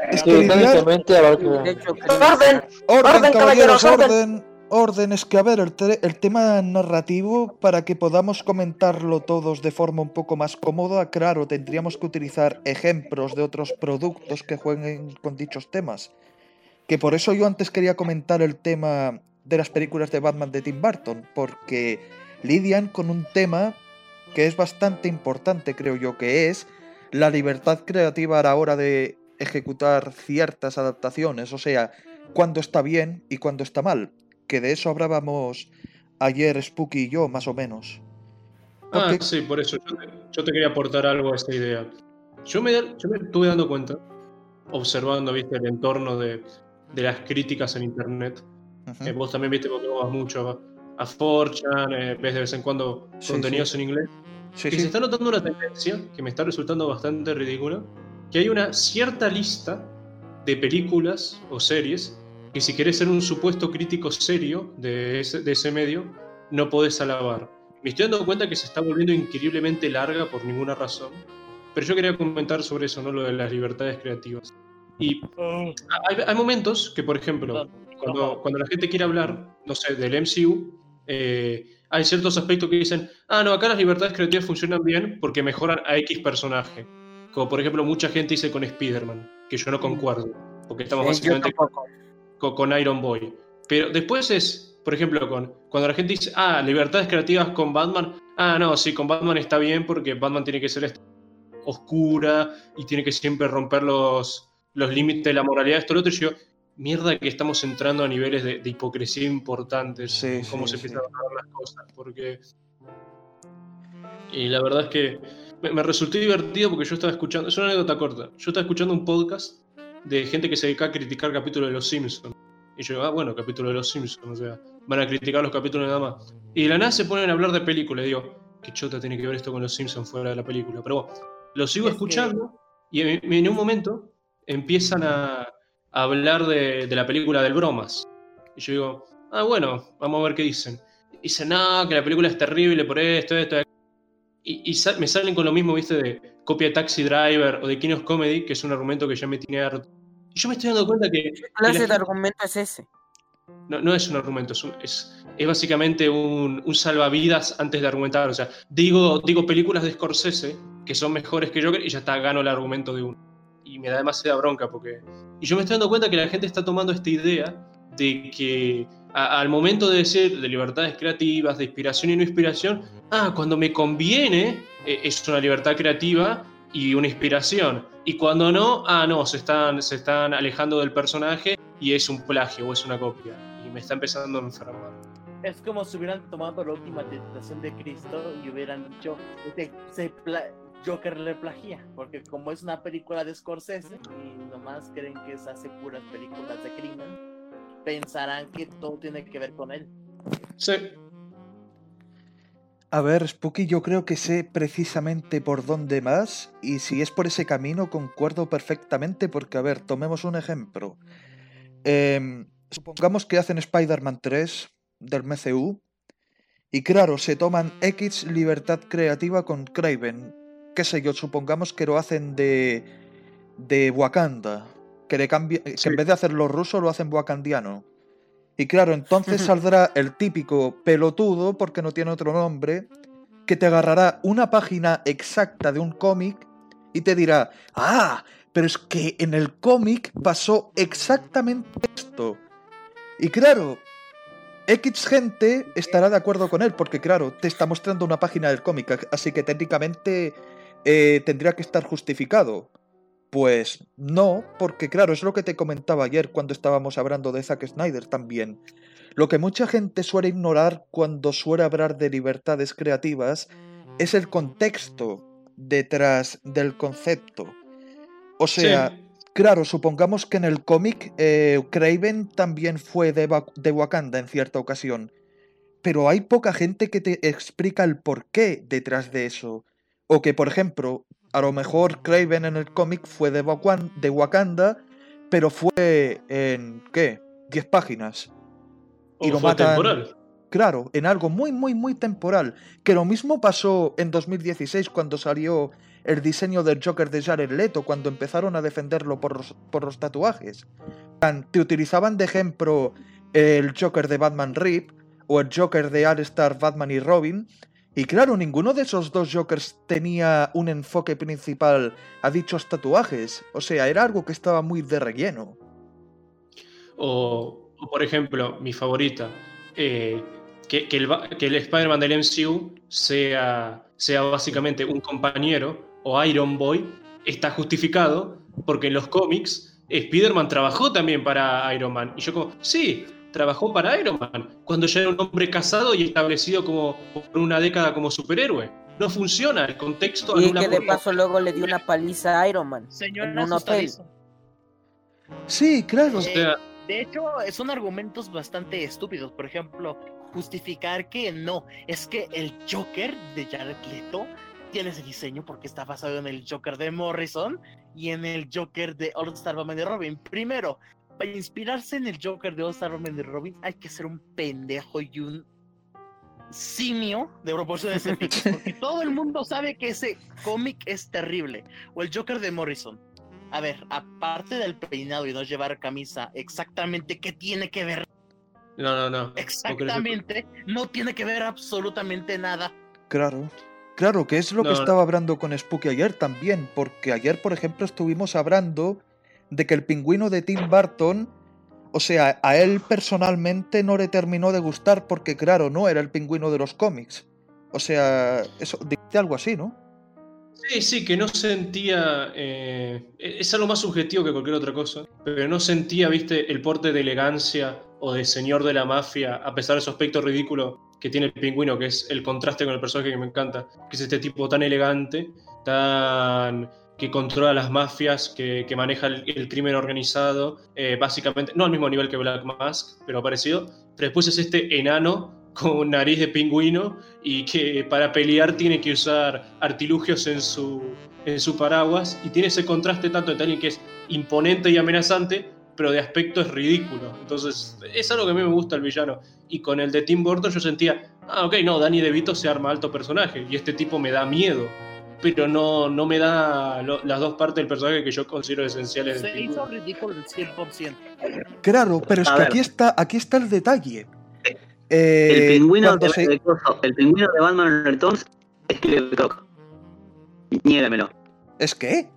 Orden, caballeros, orden, es que a ver, el tema narrativo, para que podamos comentarlo todos de forma un poco más cómoda, claro, tendríamos que utilizar ejemplos de otros productos que jueguen con dichos temas. Que por eso yo antes quería comentar el tema de las películas de Batman de Tim Burton, porque lidian con un tema que es bastante importante, creo yo, que es la libertad creativa a la hora de ejecutar ciertas adaptaciones, o sea, cuándo está bien y cuándo está mal, que de eso hablábamos ayer Spooky y yo, más o menos. Porque... sí, por eso yo te quería aportar algo a esta idea. Yo me estuve dando cuenta, observando, viste, el entorno de las críticas en internet. Vos también viste, porque vos vas mucho a 4chan, ves de vez en cuando contenidos en inglés. Se está notando una tendencia que me está resultando bastante ridícula, que hay una cierta lista de películas o series que, si querés ser un supuesto crítico serio de ese medio, no podés alabar. Me estoy dando cuenta que se está volviendo increíblemente larga por ninguna razón, pero yo quería comentar sobre eso, ¿no? Lo de las libertades creativas. Y hay momentos que, por ejemplo, cuando la gente quiere hablar, no sé, del MCU, hay ciertos aspectos que dicen, no, acá las libertades creativas funcionan bien porque mejoran a X personaje. Como por ejemplo mucha gente dice con Spider-Man, que yo no concuerdo, porque estamos básicamente con Iron Boy. Pero después es, por ejemplo, cuando la gente dice, libertades creativas con Batman, no, sí, con Batman está bien porque Batman tiene que ser oscura y tiene que siempre romper los límites de la moralidad, esto, lo otro, y yo, mierda que estamos entrando a niveles de hipocresía importantes, cómo se empiezan a hablar las cosas, porque... Y la verdad es que me resultó divertido porque yo estaba escuchando, es una anécdota corta, yo estaba escuchando un podcast de gente que se dedica a criticar capítulos de Los Simpsons, y yo digo, bueno, capítulo de Los Simpsons, o sea, van a criticar los capítulos nada más, y de la nada se ponen a hablar de películas, y digo, qué chota tiene que ver esto con Los Simpsons fuera de la película, pero bueno, lo sigo escuchando, y en un momento empiezan a hablar de la película del Bromas. Y yo digo, bueno, vamos a ver qué dicen. Dicen, que la película es terrible por esto. Y me salen con lo mismo, viste, de copia de Taxi Driver o de King of Comedy, que es un argumento que ya me tiene harto. Y yo me estoy dando cuenta que... ¿Qué clase de argumento es ese? No es un argumento, es básicamente un salvavidas antes de argumentar. O sea, digo películas de Scorsese que son mejores que Joker y ya está, gano el argumento de uno. Y me da demasiada bronca porque... Y yo me estoy dando cuenta que la gente está tomando esta idea de que al momento de decir de libertades creativas, de inspiración y no inspiración, cuando me conviene es una libertad creativa y una inspiración. Y cuando no, se están alejando del personaje y es un plagio o es una copia. Y me está empezando a enfermar. Es como si hubieran tomado la última tentación de Cristo y hubieran dicho, Joker le plagia, porque como es una película de Scorsese y nomás creen que hace puras películas de crimen, pensarán que todo tiene que ver con él. Sí. A ver, Spooky, yo creo que sé precisamente por dónde más, y si es por ese camino concuerdo perfectamente, porque, a ver, tomemos un ejemplo. Supongamos que hacen Spider-Man 3 del MCU, y claro, se toman X libertad creativa con Kraven. Qué sé yo, supongamos que lo hacen de Wakanda, que en vez de hacerlo ruso lo hacen wakandiano. Y claro, entonces saldrá el típico pelotudo, porque no tiene otro nombre, que te agarrará una página exacta de un cómic y te dirá, pero es que en el cómic pasó exactamente esto. Y claro, X gente estará de acuerdo con él, porque claro, te está mostrando una página del cómic, así que técnicamente tendría que estar justificado. Pues no, porque claro, es lo que te comentaba ayer cuando estábamos hablando de Zack Snyder también. Lo que mucha gente suele ignorar cuando suele hablar de libertades creativas es el contexto detrás del concepto. O sea, sí. Claro, supongamos que en el cómic Kraven también fue de Wakanda en cierta ocasión, pero hay poca gente que te explica el porqué detrás de eso. O que, por ejemplo, a lo mejor Kraven en el cómic fue de Wakanda, pero fue en, ¿qué? 10 páginas. Y lo matan. Temporal. Claro, en algo muy, muy, muy temporal. Que lo mismo pasó en 2016 cuando salió el diseño del Joker de Jared Leto, cuando empezaron a defenderlo por los tatuajes. Te utilizaban de ejemplo el Joker de Batman Rip o el Joker de All-Star Batman y Robin. Y claro, ninguno de esos dos Jokers tenía un enfoque principal a dichos tatuajes. O sea, era algo que estaba muy de relleno. O por ejemplo, mi favorita, que el Spider-Man del MCU sea básicamente un compañero o Iron Boy, está justificado porque en los cómics Spider-Man trabajó también para Iron Man. Y yo como, sí, trabajó para Iron Man, cuando ya era un hombre casado y establecido como por una década como superhéroe. No funciona el contexto. Y que de paso luego le dio una paliza a Iron Man en un hotel. Sí, claro. De hecho, son argumentos bastante estúpidos. Por ejemplo, justificar que no, es que el Joker de Jared Leto tiene ese diseño porque está basado en el Joker de Morrison y en el Joker de All-Star Batman y Robin. Primero, para inspirarse en el Joker de All-Star Batman y Robin hay que ser un pendejo y un simio de proporciones épicas, porque todo el mundo sabe que ese cómic es terrible. O el Joker de Morrison. A ver, aparte del peinado y no llevar camisa, exactamente qué tiene que ver. No. Exactamente, no tiene que ver absolutamente nada. Claro, que es lo que estaba hablando con Spooky ayer también, porque ayer, por ejemplo, estuvimos hablando de que el Pingüino de Tim Burton, o sea, a él personalmente no le terminó de gustar porque, claro, no era el Pingüino de los cómics. O sea, eso dice algo así, ¿no? Sí, que no sentía, es algo más subjetivo que cualquier otra cosa, pero no sentía, viste, el porte de elegancia o de señor de la mafia, a pesar de su aspecto ridículo que tiene el Pingüino, que es el contraste con el personaje que me encanta, que es este tipo tan elegante, que controla las mafias, que maneja el crimen organizado, básicamente, no al mismo nivel que Black Mask, pero parecido, pero después es este enano con nariz de pingüino y que para pelear tiene que usar artilugios en su paraguas, y tiene ese contraste tanto entre alguien que es imponente y amenazante, pero de aspecto es ridículo. Entonces es algo que a mí me gusta el villano, y con el de Tim Burton yo sentía, Danny DeVito se arma alto personaje y este tipo me da miedo, pero no me da las dos partes del personaje que yo considero esenciales. Se hizo ridículo el 100%. Claro, pero es que aquí está el detalle. El pingüino de Batman Returns es Killer Croc. Niégamelo. ¿Es qué?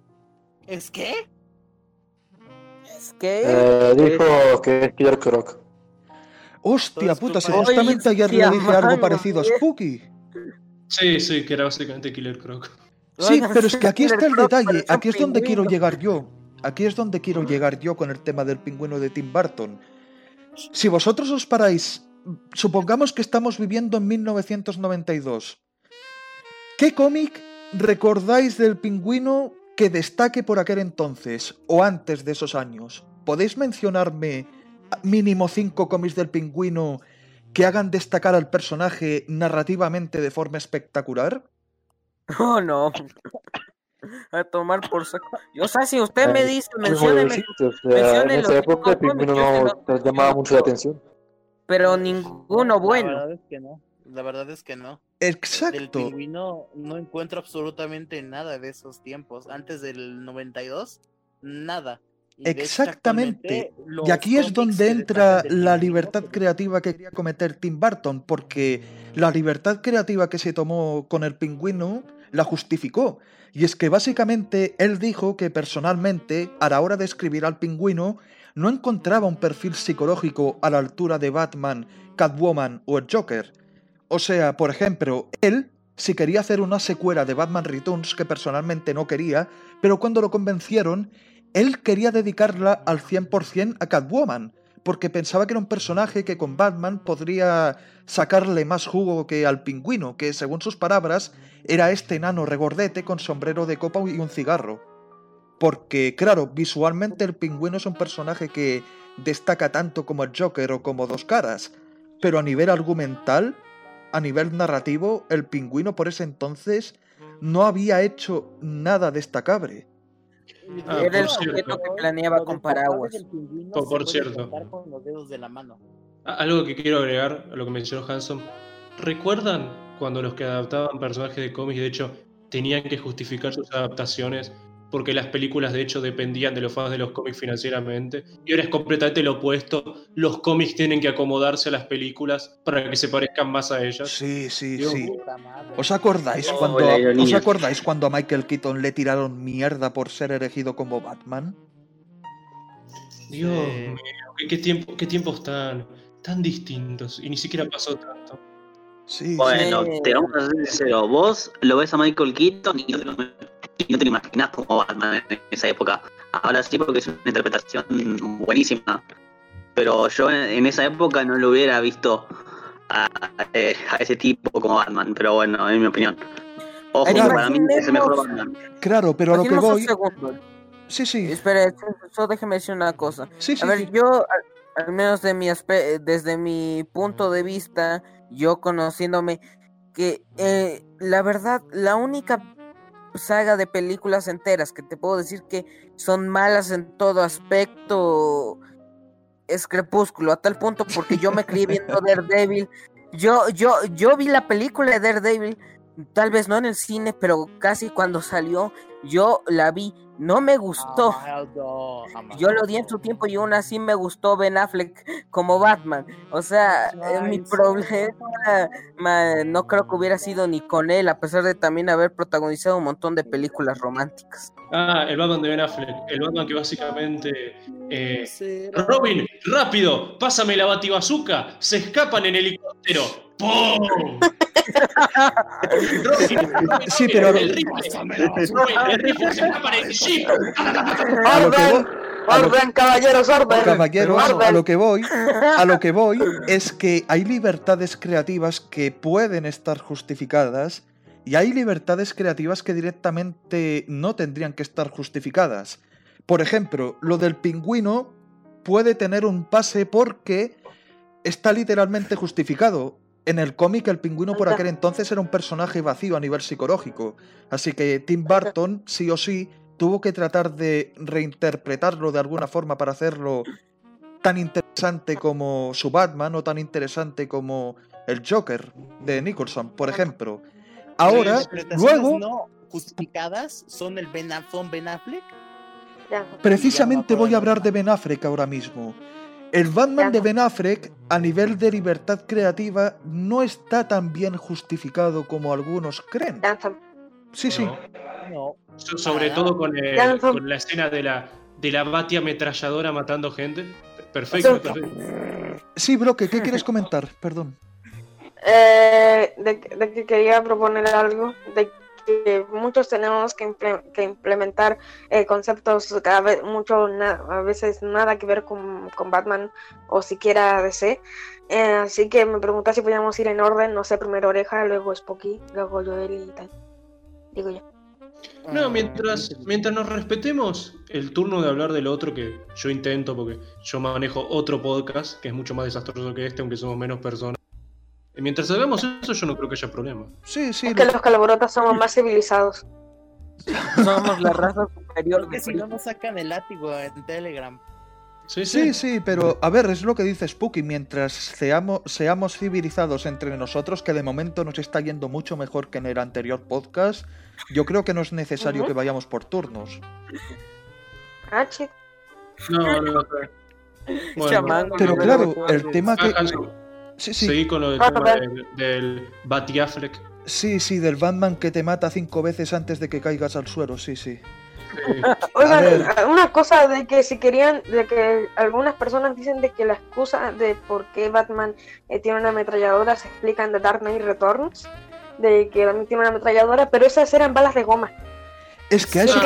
Dijo que es Killer Croc. Hostia puta, si justamente ayer le dije algo parecido a Spooky. Sí, que era básicamente Killer Croc. Sí, pero es que aquí está el detalle. Aquí es donde quiero llegar yo. Aquí es donde quiero llegar yo con el tema del Pingüino de Tim Burton. Si vosotros os paráis, supongamos que estamos viviendo en 1992. ¿Qué cómic recordáis del Pingüino que destaque por aquel entonces o antes de esos años? ¿Podéis mencionarme mínimo 5 cómics del Pingüino que hagan destacar al personaje narrativamente de forma espectacular? Oh, no. A tomar por saco. O sea, si usted me dice, mencióneme. En esa época el Pingüino no te llamaba mucho la atención. Pero ninguno bueno. La verdad es que no. Exacto. Del Pingüino no encuentro absolutamente nada de esos tiempos. Antes del 92, nada. Exactamente. Y aquí es donde entra la libertad creativa que quería cometer Tim Burton, porque la libertad creativa que se tomó con el Pingüino la justificó. Y es que básicamente él dijo que personalmente, a la hora de escribir al Pingüino, no encontraba un perfil psicológico a la altura de Batman, Catwoman o el Joker. O sea, por ejemplo, él, si quería hacer una secuela de Batman Returns, que personalmente no quería, pero cuando lo convencieron, él quería dedicarla al 100% a Catwoman, porque pensaba que era un personaje que con Batman podría sacarle más jugo que al Pingüino, que según sus palabras era este enano regordete con sombrero de copa y un cigarro. Porque, claro, visualmente el Pingüino es un personaje que destaca tanto como el Joker o como Dos Caras, pero a nivel argumental, a nivel narrativo, el Pingüino por ese entonces no había hecho nada destacable. Era el sujeto que planeaba con paraguas. Por cierto. Con los dedos de la mano. Algo que quiero agregar a lo que mencionó Hanson. ¿Recuerdan cuando los que adaptaban personajes de cómics, de hecho, tenían que justificar sus adaptaciones porque las películas, de hecho, dependían de los fans de los cómics financieramente? Y ahora es completamente lo opuesto. Los cómics tienen que acomodarse a las películas para que se parezcan más a ellas. Sí. Dios. ¿Os acordáis cuando a Michael Keaton le tiraron mierda por ser elegido como Batman? Dios mío, qué tiempos tan distintos. Y ni siquiera pasó tanto. Sí, bueno, te vamos a ser sincero. Vos lo ves a Michael Keaton y no te lo imaginás como Batman en esa época. Ahora sí, porque es una interpretación buenísima. Pero yo en esa época no lo hubiera visto a ese tipo como Batman. Pero bueno, en mi opinión. Ojo, para mí es el mejor Batman. Claro, pero a lo que voy... Sí. Espera, solo déjeme decir una cosa. Sí. A ver, yo, al menos desde mi punto de vista, yo conociéndome, que la verdad, la única saga de películas enteras que te puedo decir que son malas en todo aspecto es Crepúsculo, a tal punto porque yo me crié viendo Daredevil. Yo vi la película de Daredevil, tal vez no en el cine, pero casi cuando salió, yo la vi. No me gustó. Yo lo di en su tiempo y aún así me gustó Ben Affleck como Batman. O sea, mi problema no creo que hubiera sido ni con él, a pesar de también haber protagonizado un montón de películas románticas. El Batman de Ben Affleck. El Batman que básicamente... Robin, rápido, pásame la batibazooka. Se escapan en helicóptero. ¡Pum! Sí, pero... El rifle se escapa en el jeep. ¡Orden, caballeros, orden! Caballeros, a lo que voy es que hay libertades creativas que pueden estar justificadas y hay libertades creativas que directamente no tendrían que estar justificadas. Por ejemplo, lo del Pingüino puede tener un pase porque está literalmente justificado. En el cómic, el Pingüino por aquel entonces era un personaje vacío a nivel psicológico, así que Tim Burton, sí o sí, tuvo que tratar de reinterpretarlo de alguna forma para hacerlo tan interesante como su Batman o tan interesante como el Joker de Nicholson, por ejemplo. Ahora, luego... no justificadas son Ben Affleck. Precisamente voy a hablar de Ben Affleck ahora mismo. El Batman de Ben Affleck, a nivel de libertad creativa, no está tan bien justificado como algunos creen. Sí. No. Sobre todo con la escena de la Batia ametralladora matando gente. Perfecto. Sí, Broque, ¿qué quieres comentar? Perdón. De que quería proponer algo, de que muchos tenemos que implementar conceptos cada vez a veces nada que ver con Batman o siquiera DC, así que me pregunté si podíamos ir en orden, no sé, primero Oreja, luego Spooky, luego Joel y tal, digo yo. No, mientras nos respetemos el turno de hablar del otro, que yo intento porque yo manejo otro podcast que es mucho más desastroso que este, aunque somos menos personas. Mientras hagamos eso, yo no creo que haya problema. Sí. Es que los calabrotas somos más civilizados. Somos la raza superior. Porque si no nos sacan el látigo en Telegram. Sí, pero a ver, es lo que dice Spooky. Mientras seamos civilizados entre nosotros, que de momento nos está yendo mucho mejor que en el anterior podcast, yo creo que no es necesario que vayamos por turnos. No. Bueno, pero claro, el tema que... Sí. Seguí con lo del tema del Batiafleck. Sí, del Batman que te mata 5 veces antes de que caigas al suelo, sí. Oigan, una cosa de que si querían, de que algunas personas dicen de que la excusa de por qué Batman tiene una ametralladora se explica en The Dark Knight Returns, de que Batman tiene una ametralladora, pero esas eran balas de goma. Es que a eso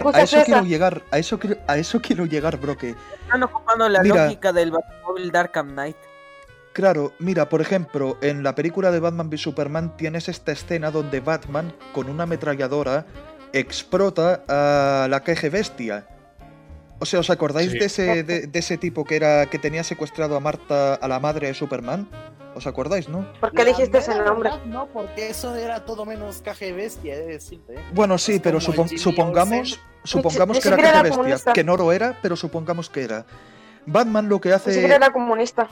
quiero llegar, Broque. Están ocupando la lógica del Batmóvil de Arkham Knight. Claro, mira, por ejemplo, en la película de Batman v Superman tienes esta escena donde Batman, con una ametralladora, explota a la KG Bestia. O sea, ¿os acordáis de ese tipo que tenía secuestrado a Marta, a la madre de Superman? ¿Os acordáis, no? ¿Por qué dijiste ese nombre? No, porque eso era todo menos KG Bestia, he de decirte. Bueno, sí, pero supongamos que era KG Bestia, que no lo era, pero supongamos que era. Batman lo que hace... Ni siquiera era comunista.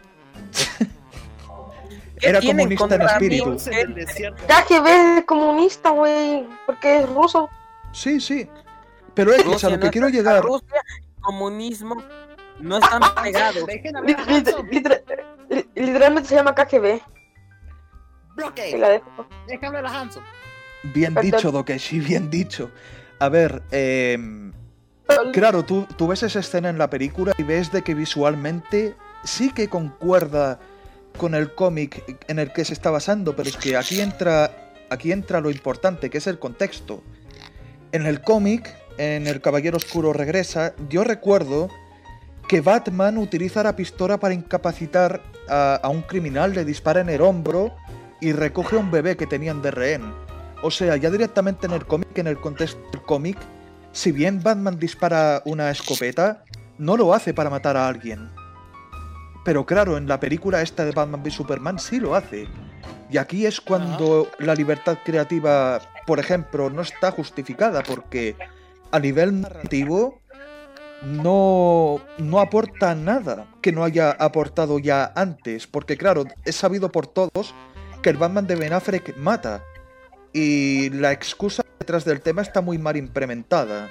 Era comunista en espíritu. KGB es comunista, güey, porque es ruso. Sí, sí. Pero es que a lo que quiero llegar... Rusia, comunismo, no están pegados. Literalmente se llama KGB. Bloque. La dejo. Déjame la Hanson. Bien dicho, Dokeshi, bien dicho. A ver, claro, tú ves esa escena en la película y ves de que visualmente sí que concuerda con el cómic en el que se está basando, pero es que aquí entra lo importante, que es el contexto. En el cómic, en El Caballero Oscuro Regresa, yo recuerdo que Batman utiliza la pistola para incapacitar a un criminal, le dispara en el hombro y recoge a un bebé que tenían de rehén. O sea, ya directamente en el cómic, en el contexto del cómic, si bien Batman dispara una escopeta, no lo hace para matar a alguien. Pero claro, en la película esta de Batman v Superman sí lo hace. Y aquí es cuando la libertad creativa, por ejemplo, no está justificada, porque a nivel narrativo no aporta nada que no haya aportado ya antes. Porque claro, es sabido por todos que el Batman de Ben Affleck mata. Y la excusa detrás del tema está muy mal implementada.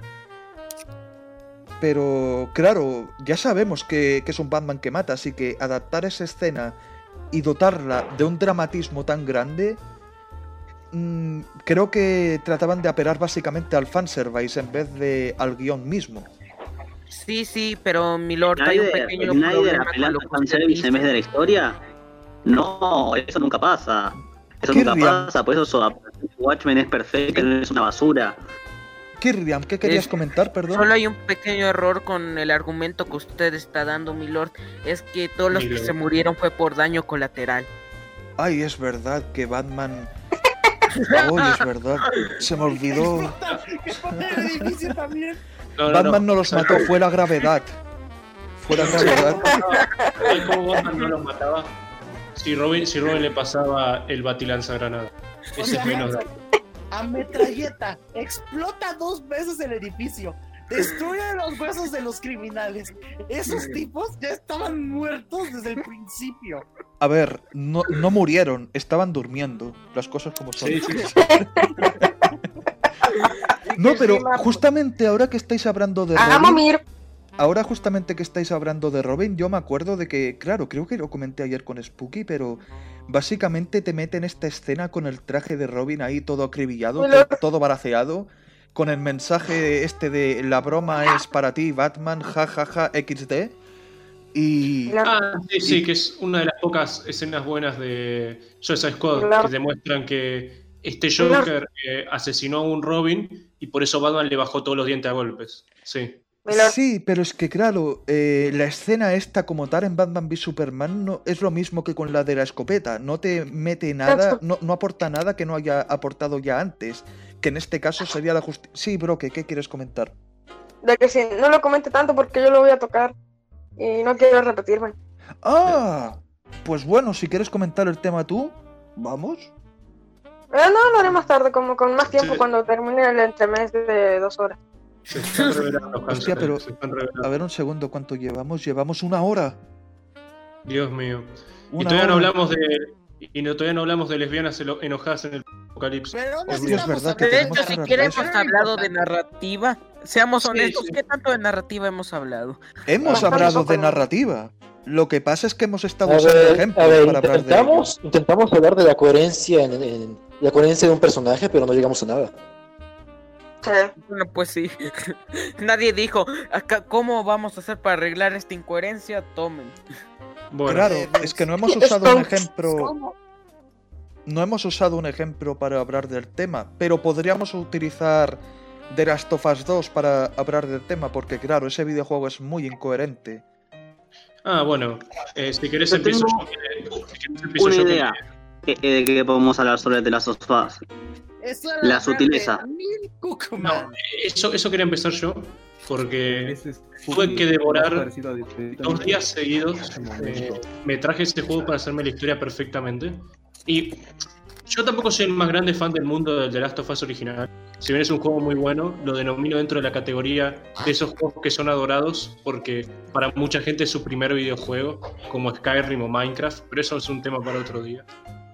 Pero claro, ya sabemos que es un Batman que mata, así que adaptar esa escena y dotarla de un dramatismo tan grande, creo que trataban de apelar básicamente al fanservice en vez de al guión mismo. Sí, pero Milord, hay un pequeño problema apelando al fanservice en vez de la historia. No, eso nunca pasa. Eso nunca pasa, por eso Watchmen es perfecto, es una basura. Kirriam, ¿qué querías comentar? Perdón. Solo hay un pequeño error con el argumento que usted está dando, Milord. Es que todos los que se murieron fue por daño colateral. Ay, es verdad que Batman... Ay, es verdad. Se me olvidó. Batman no los mató, fue la gravedad. Fue la gravedad. ¿Cómo Batman no los mataba? Si Robin le pasaba el batilanzagranada. Ese es menos daño. A metralleta, explota 2 veces el edificio, destruye los huesos de los criminales. Esos tipos ya estaban muertos desde el principio. A ver, no murieron, estaban durmiendo, las cosas como son. Sí. No, pero justamente ahora que estáis hablando de Robin, ahora justamente que estáis hablando de Robin, yo me acuerdo de que, claro, creo que lo comenté ayer con Spooky, pero básicamente te meten esta escena con el traje de Robin ahí todo acribillado, todo baraceado, con el mensaje este de la broma es para ti, Batman, jajaja, XD. Y... sí, que es una de las pocas escenas buenas de Suicide Squad, que demuestran que este Joker asesinó a un Robin y por eso Batman le bajó todos los dientes a golpes. Sí. Sí, pero es que claro, la escena esta como tal en Batman v Superman no es lo mismo que con la de la escopeta. No te mete nada, no aporta nada que no haya aportado ya antes. Que en este caso sería la justicia. Sí, Broque, ¿qué quieres comentar? De que si no lo comente tanto porque yo lo voy a tocar y no quiero repetirme. Ah, pues bueno, si quieres comentar el tema tú, vamos. No, lo haré más tarde, como con más tiempo cuando termine el entremés de 2 horas. Se están revelando. Hostia, pero a ver un segundo, ¿cuánto llevamos? Llevamos 1 hora. Dios mío. Y todavía no hablamos de lesbianas enojadas en el apocalipsis. Pero no, es verdad que de hecho, siquiera hemos hablado de narrativa. Seamos honestos, ¿qué tanto de narrativa hemos hablado? Hemos hablado de narrativa. Lo que pasa es que hemos estado usando ejemplos para hablar de ello. Intentamos hablar de la coherencia la coherencia de un personaje, pero no llegamos a nada. Bueno, pues sí. Nadie dijo, ¿cómo vamos a hacer para arreglar esta incoherencia? Tomen. Bueno, claro, es que no hemos usado un ejemplo. No hemos usado un ejemplo para hablar del tema, pero podríamos utilizar The Last of Us 2 para hablar del tema, porque claro, ese videojuego es muy incoherente. Bueno, si querés empiezo yo. Una idea de que podemos hablar sobre The Last of Us. La sutileza. No, eso quería empezar yo, porque tuve que devorar 2 días seguidos. Me traje ese juego para hacerme la historia perfectamente. Y yo tampoco soy el más grande fan del mundo del The Last of Us original. Si bien es un juego muy bueno, lo denomino dentro de la categoría de esos juegos que son adorados, porque para mucha gente es su primer videojuego, como Skyrim o Minecraft, pero eso es un tema para otro día.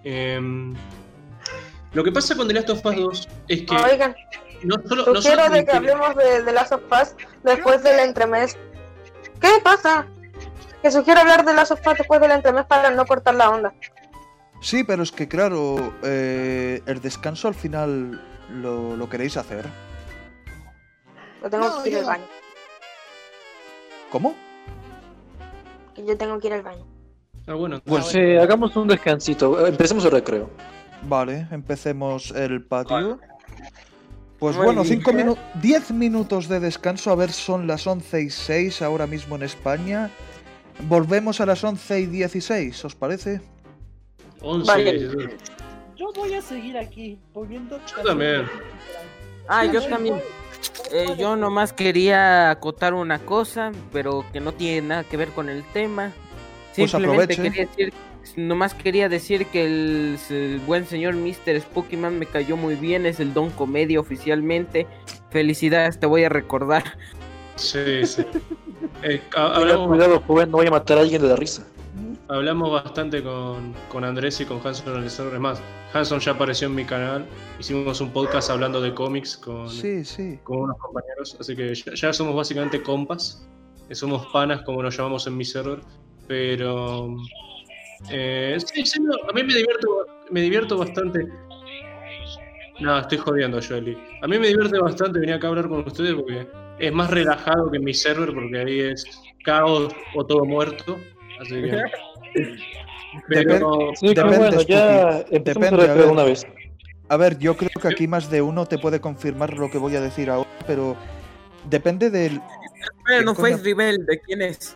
Lo que pasa con The Last of Us 2 es que... Oigan, sugiero de que hablemos de The Last of Us después del entremés. ¿Qué pasa? Que sugiero hablar de The Last of Us después del entremés para no cortar la onda. Sí, pero es que claro, el descanso al final lo queréis hacer. Yo tengo que ir al baño. ¿Cómo? Que yo tengo que ir al baño. Ah, bueno. Pues hagamos un descansito. Empecemos el recreo. Vale, empecemos el patio. Vale. Pues Muy bueno, bien. 10 minutos de descanso. A ver, son las 11:06 ahora mismo en España. Volvemos a las 11:16, ¿os parece? 11. Vale. Yo voy a seguir aquí poniendo. Yo también. Yo también. Yo nomás quería acotar una cosa, pero que no tiene nada que ver con el tema. Pues Simplemente aproveche. nomás quería decir que el buen señor Mr. Spookyman me cayó muy bien, es el Don Comedia oficialmente. Felicidades, te voy a recordar. Sí. Cuidado, joven, no voy a matar a alguien de la risa. Hablamos bastante con Andrés y con Hanson en el server. Es más, Hanson ya apareció en mi canal. Hicimos un podcast hablando de cómics con unos compañeros. Así que ya somos básicamente compas. Somos panas, como nos llamamos en mi server. Pero... sí, no, a mí me divierto bastante. No, estoy jodiendo, Joely. A mí me divierte bastante venir acá a hablar con ustedes porque es más relajado que en mi server, porque ahí es caos o todo muerto. Así que... Pero... Sí, Depende, bueno, ya empezamos el recreo una vez. A ver, yo creo que aquí más de uno te puede confirmar lo que voy a decir ahora, pero depende del... No fue Rivel, ¿de quién es?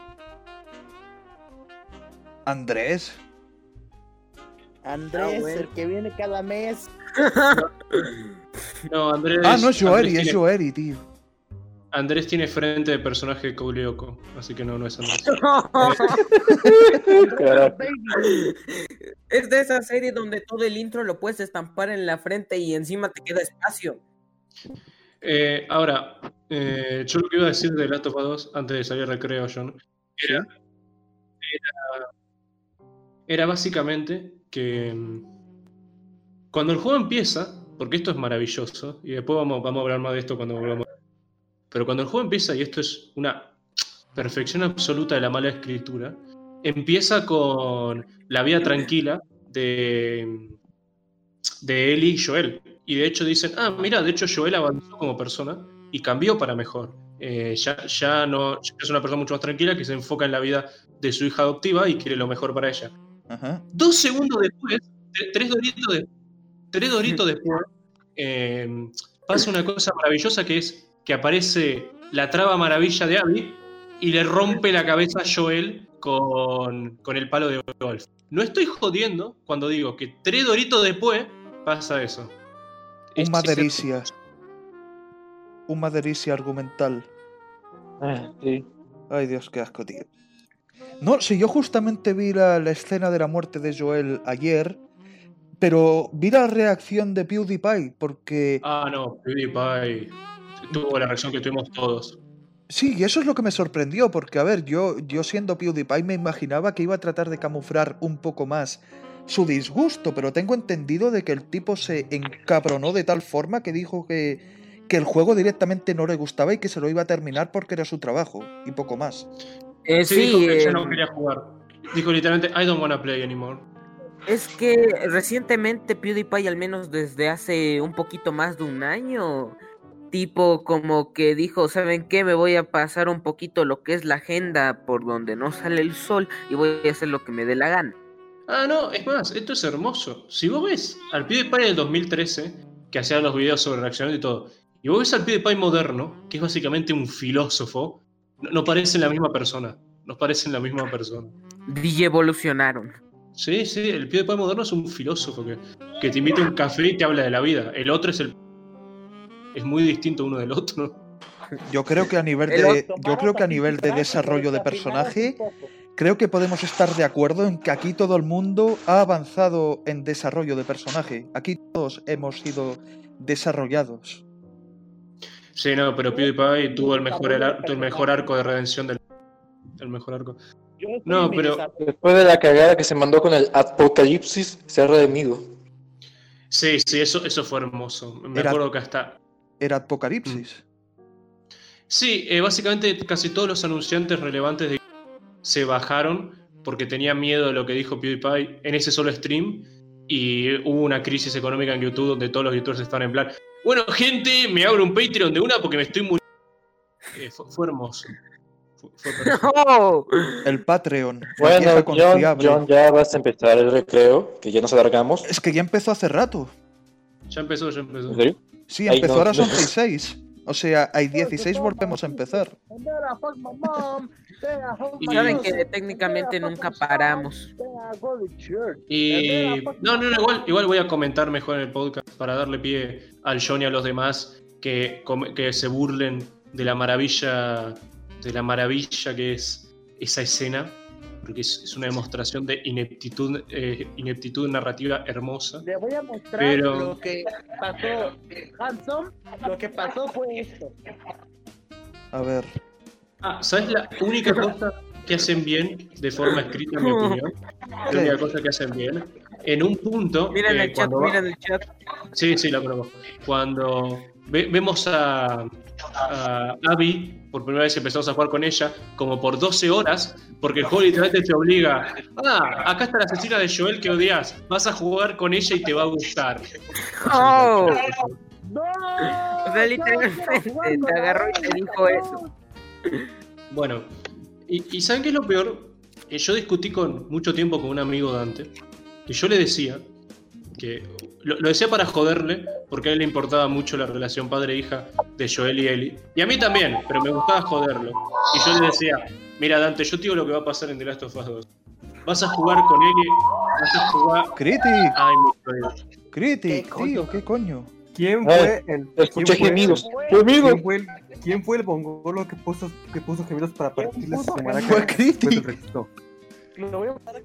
Andrés. Andrés, el que viene cada mes. No, Andrés... no es Joeri, es Joeri, tío. Andrés tiene frente de personaje de Cowboy Lyoko, así que no es Andrés. Es de esa serie donde todo el intro lo puedes estampar en la frente y encima te queda espacio. Ahora, yo lo que iba a decir de Last of Us 2 antes de salir al recreo, John, era básicamente que cuando el juego empieza, porque esto es maravilloso, y después vamos a hablar más de esto cuando volvamos. Pero cuando el juego empieza, y esto es una perfección absoluta de la mala escritura, empieza con la vida tranquila de Ellie y Joel. Y de hecho dicen, mira, de hecho Joel avanzó como persona y cambió para mejor. Ya es una persona mucho más tranquila que se enfoca en la vida de su hija adoptiva y quiere lo mejor para ella. Ajá. 2 segundos después, 3 doritos después, pasa una cosa maravillosa que es que aparece la traba maravilla de Abby y le rompe la cabeza a Joel con el palo de golf. No estoy jodiendo cuando digo que 3 doritos después pasa eso. Un madericia argumental. Sí. Ay, Dios, qué asco, tío. No, si yo justamente vi la escena de la muerte de Joel ayer, pero vi la reacción de PewDiePie, porque... no, PewDiePie tuvo la reacción que tuvimos todos. Sí, y eso es lo que me sorprendió, porque, a ver, yo siendo PewDiePie me imaginaba que iba a tratar de camuflar un poco más su disgusto, pero tengo entendido de que el tipo se encabronó de tal forma que dijo que el juego directamente no le gustaba y que se lo iba a terminar porque era su trabajo, y poco más. Sí, dijo que ya no quería jugar. Dijo literalmente, I don't wanna play anymore. Es que recientemente PewDiePie, al menos desde hace un poquito más de un año, tipo como que dijo, ¿saben qué? Me voy a pasar un poquito lo que es la agenda por donde no sale el sol y voy a hacer lo que me dé la gana. No, es más, esto es hermoso. Si vos ves al PewDiePie del 2013, que hacía los videos sobre reacciones y todo, y vos ves al PewDiePie moderno, que es básicamente un filósofo, no parecen la misma persona. Nos parecen la misma persona. DJ evolucionaron. Sí, el PewDiePie moderno es un filósofo que te invita a un café y te habla de la vida. El otro es muy distinto uno del otro. Yo creo que a nivel de desarrollo de personaje, creo que podemos estar de acuerdo en que aquí todo el mundo ha avanzado en desarrollo de personaje. Aquí todos hemos sido desarrollados. Sí, no, pero PewDiePie tuvo el mejor arco de redención el mejor arco. No, pero después de la cagada que se mandó con el Apocalipsis, se ha redimido. Sí, eso fue hermoso. Me acuerdo que hasta... ¿Era Apocalipsis? Sí, básicamente casi todos los anunciantes relevantes se bajaron porque tenían miedo de lo que dijo PewDiePie en ese solo stream, y hubo una crisis económica en YouTube donde todos los youtubers estaban en plan, bueno, gente, me abro un Patreon de una porque me estoy muriendo. Fue hermoso. Fue ¡Oh! El Patreon. Bueno, John, ya vas a empezar el recreo, que ya nos alargamos. Es que ya empezó hace rato. Ya empezó. ¿En serio? Sí, empezó, ahora son 6. O sea, hay 16, volvemos a empezar. Y saben que técnicamente nunca paramos. Y no, igual voy a comentar mejor en el podcast para darle pie al John y a los demás que se burlen de la maravilla que es esa escena, porque es una demostración de ineptitud narrativa hermosa. Le voy a mostrar lo que pasó, Hanson. Lo que pasó fue esto. A ver. ¿Sabes la única cosa que hacen bien de forma escrita, en mi opinión? La única cosa que hacen bien. En un punto... Miren el chat. Sí, lo conozco. Cuando vemos a Abby, por primera vez empezamos a jugar con ella, como por 12 horas, porque el juego literalmente te obliga, acá está la asesina de Joel que odias, vas a jugar con ella y te va a gustar. ¡Oh! ¡No! O sea, literalmente te agarró y te dijo eso. Bueno, y ¿saben qué es lo peor? Yo discutí mucho tiempo con un amigo Dante, que yo le decía que lo decía para joderle, porque a él le importaba mucho la relación padre-hija de Joel y Ellie, y a mí también, pero me gustaba joderlo. Y yo le decía, mira Dante, yo te digo lo que va a pasar en The Last of Us 2. Vas a jugar con Ellie, vas a jugar... ¡Critic! Ay, ¡Critic, tío! ¿Qué coño? ¿Quién fue el... Escuché gemidos. ¿Quién fue el bongolo que puso gemidos para partirle su maraca? Fue Critic. Lo voy a pasar.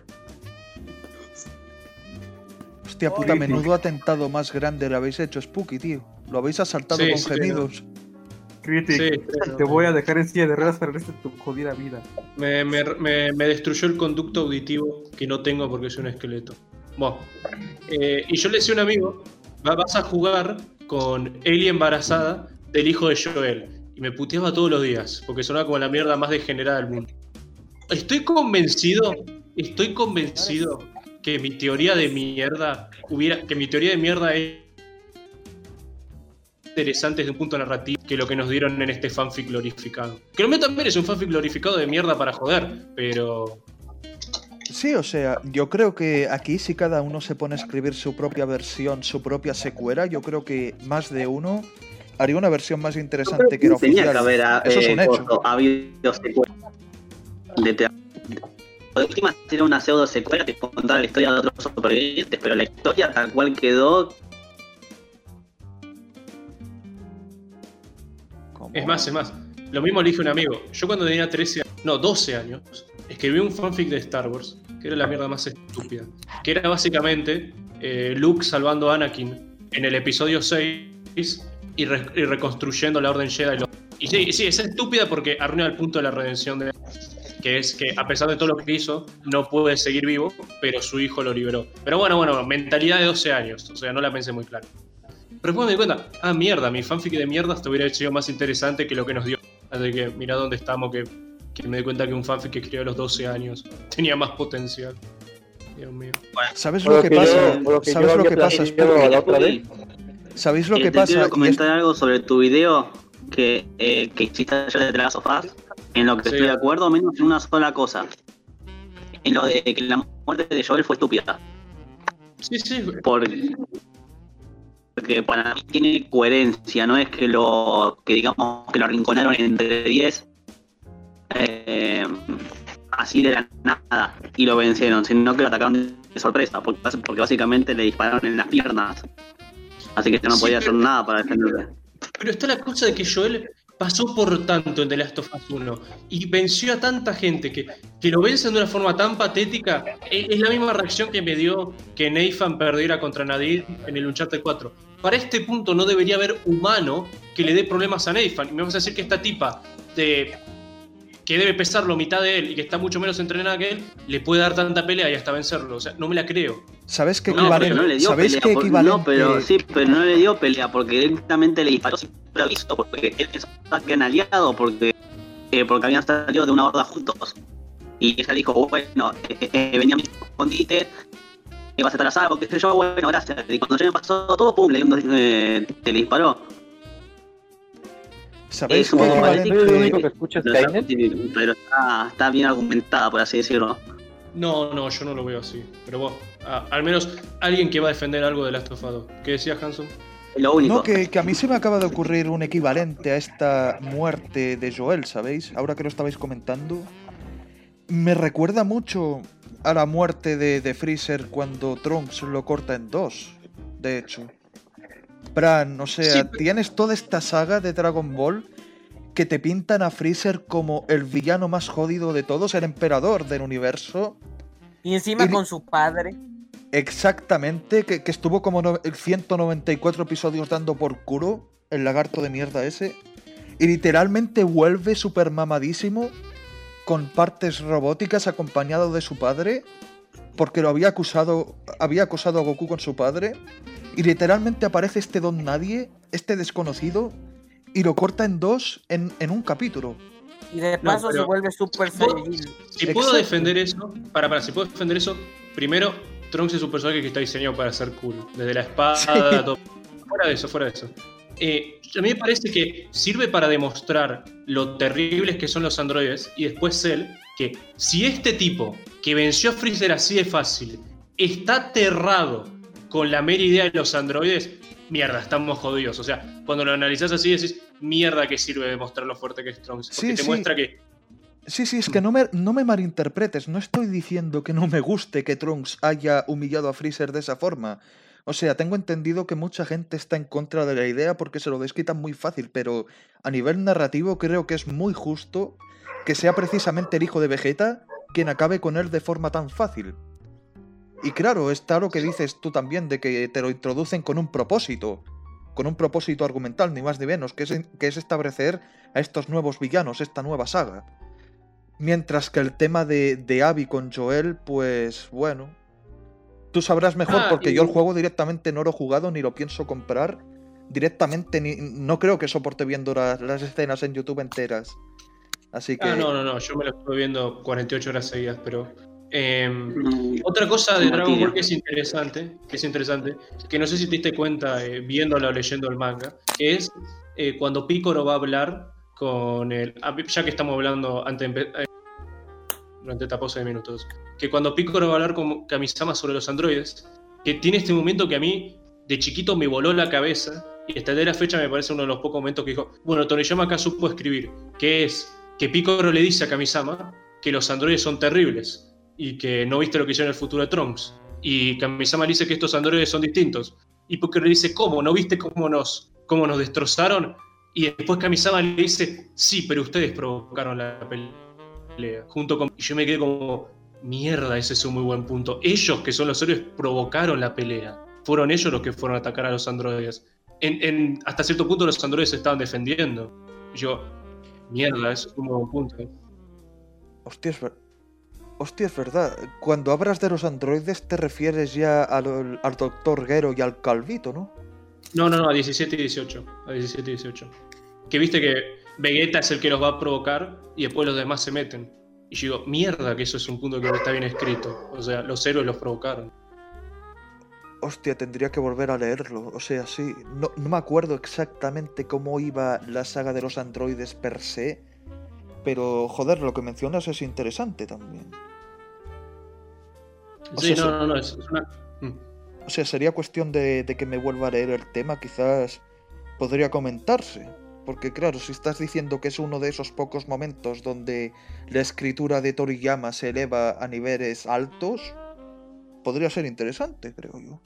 Hostia puta, menudo atentado más grande le habéis hecho, Spooky, tío. Lo habéis asaltado con gemidos. Critic, te voy a dejar en silla de ruedas para el resto de tu jodida vida. Me destruyó el conducto auditivo que no tengo porque soy un esqueleto. Bueno, y yo le decía a un amigo, vas a jugar con Ellie embarazada del hijo de Joel. Y me puteaba todos los días, porque sonaba como la mierda más degenerada del mundo. Estoy convencido que mi teoría de mierda es interesante desde un punto narrativo que lo que nos dieron en este fanfic glorificado. Que lo mío también es un fanfic glorificado de mierda para joder, pero... Sí, o sea, yo creo que aquí si cada uno se pone a escribir su propia versión, su propia secuela, yo creo que más de uno haría una versión más interesante que la oficial. Que haber, eso es un hecho. Ha habido secuelas de teatro. La última era una pseudo secuela que contaba la historia de otros supervivientes, pero la historia tal cual quedó. ¿Cómo? Es más. Lo mismo le dije a un amigo. Yo cuando tenía 12 años, escribí un fanfic de Star Wars, que era la mierda más estúpida. Que era básicamente Luke salvando a Anakin en el episodio 6 y reconstruyendo la Orden Jedi. Y sí, es estúpida porque arruina el punto de la redención de... que es que a pesar de todo lo que hizo, no puede seguir vivo, pero su hijo lo liberó. Pero bueno, mentalidad de 12 años, o sea, no la pensé muy claro. Pero después me di cuenta, mierda, mi fanfic de mierda hasta hubiera sido más interesante que lo que nos dio. Así que mirá dónde estamos, que me di cuenta que un fanfic que escribió a los 12 años tenía más potencial. Dios mío. ¿Sabes lo que pasa? ¿Sabes lo que pasa? ¿Sabéis lo que pasa? Quiero comentar algo sobre tu video que hiciste ayer de The Last of Us. En lo que estoy de acuerdo, menos en una sola cosa. En lo de que la muerte de Joel fue estúpida. Sí. Porque para mí tiene coherencia, no es que digamos que lo arrinconaron entre 10. así de la nada y lo vencieron, sino que lo atacaron de sorpresa, porque básicamente le dispararon en las piernas. Así que no podía hacer nada para defenderle. Pero está la cosa de que Joel pasó por tanto en The Last of Us 1 y venció a tanta gente que lo vencen de una forma tan patética. Es la misma reacción que me dio que Nathan perdiera contra Nadir en el Uncharted 4. Para este punto no debería haber humano que le dé problemas a Nathan. Y me vas a decir que esta tipa que debe pesarlo mitad de él y que está mucho menos entrenada que él, le puede dar tanta pelea y hasta vencerlo. O sea, no me la creo. ¿Sabes qué equivalente? No le dio ¿Sabes pelea, qué equivalente? No, pero no le dio pelea porque directamente le disparó sin preaviso, porque él pensaba que eran aliados, porque habían salido de una horda juntos. Y ella dijo, bueno, venía a mi escondite, vas a estar a salvo, qué sé yo, bueno, gracias. Y cuando ya me pasó todo, pum, le disparó. ¿Sabéis qué equivalente? ¿No es lo único que escucha Skynet? Pero está bien argumentada, por así decirlo. No, yo no lo veo así. Pero vos, al menos alguien que va a defender algo de Last of Us 2. ¿Qué decías, Hanson? Lo único. No, que a mí se me acaba de ocurrir un equivalente a esta muerte de Joel, ¿sabéis? Ahora que lo estabais comentando. Me recuerda mucho a la muerte de Freezer cuando Trunks lo corta en dos, de hecho. Bran, o sea, sí. Tienes toda esta saga de Dragon Ball que te pintan a Freezer como el villano más jodido de todos, el emperador del universo. Y encima con su padre. Exactamente, que estuvo como 194 episodios dando por culo, el lagarto de mierda ese. Y literalmente vuelve súper mamadísimo, con partes robóticas, acompañado de su padre, porque lo había acosado a Goku con su padre. Y literalmente aparece este don nadie, este desconocido, y lo corta en dos en un capítulo. Y de paso se vuelve Super Saiyajin. Si puedo defender eso, si puedo defender eso, primero, Trunks es un personaje que está diseñado para ser cool. Desde la espada, sí. Todo. Fuera de eso. A mí me parece que sirve para demostrar lo terribles que son los androides, y después Cell, que si este tipo que venció a Freezer así de fácil está aterrado con la mera idea de los androides, mierda, estamos jodidos. O sea, cuando lo analizás así decís, mierda que sirve de mostrar lo fuerte que es Trunks. Porque te muestra que... Sí, es que no me malinterpretes. No estoy diciendo que no me guste que Trunks haya humillado a Freezer de esa forma. O sea, tengo entendido que mucha gente está en contra de la idea porque se lo desquitan muy fácil, pero a nivel narrativo creo que es muy justo que sea precisamente el hijo de Vegeta quien acabe con él de forma tan fácil. Y claro, está lo que dices tú también, de que te lo introducen con un propósito argumental, ni más ni menos, que es establecer a estos nuevos villanos, esta nueva saga. Mientras que el tema de Abby con Joel, pues bueno, tú sabrás mejor, porque yo el juego directamente no lo he jugado ni lo pienso comprar. Directamente no creo que soporte viendo las escenas en YouTube enteras. Así que... No, yo me lo estoy viendo 48 horas seguidas, pero... otra cosa de Dragon Ball que es interesante, que no sé si te diste cuenta viéndolo o leyendo el manga, que es cuando Piccolo va a hablar con el... Ya que estamos hablando durante esta pausa de minutos, que cuando Piccolo va a hablar con Kamisama sobre los androides, que tiene este momento que a mí de chiquito me voló la cabeza, y hasta de la fecha me parece uno de los pocos momentos que dijo, bueno, Toriyama acá supo escribir, que es que Piccolo le dice a Kamisama que los androides son terribles y que no viste lo que hicieron en el futuro de Trunks, y Kamisama le dice que estos androides son distintos, y Piccolo le dice, ¿cómo? ¿No viste cómo nos destrozaron? Y después Kamisama le dice, sí, pero ustedes provocaron la pelea junto con... Y yo me quedé como, mierda, ese es un muy buen punto. Ellos, que son los héroes, provocaron la pelea. Fueron ellos los que fueron a atacar a los androides. Hasta cierto punto los androides se estaban defendiendo. Y yo, mierda, eso es un muy buen punto. Hostia, es verdad. Cuando hablas de los androides te refieres ya al Dr. Gero y al Calvito, ¿no? No, a 17 y 18. Que viste que Vegeta es el que los va a provocar y después los demás se meten. Y yo digo, mierda, que eso es un punto que está bien escrito. O sea, los héroes los provocaron. Hostia, tendría que volver a leerlo. O sea, sí. No me acuerdo exactamente cómo iba la saga de los androides per se. Pero, joder, lo que mencionas es interesante también. Sí, no, es una... O sea, sería cuestión de que me vuelva a leer el tema, quizás podría comentarse. Porque claro, si estás diciendo que es uno de esos pocos momentos donde la escritura de Toriyama se eleva a niveles altos, podría ser interesante, creo yo.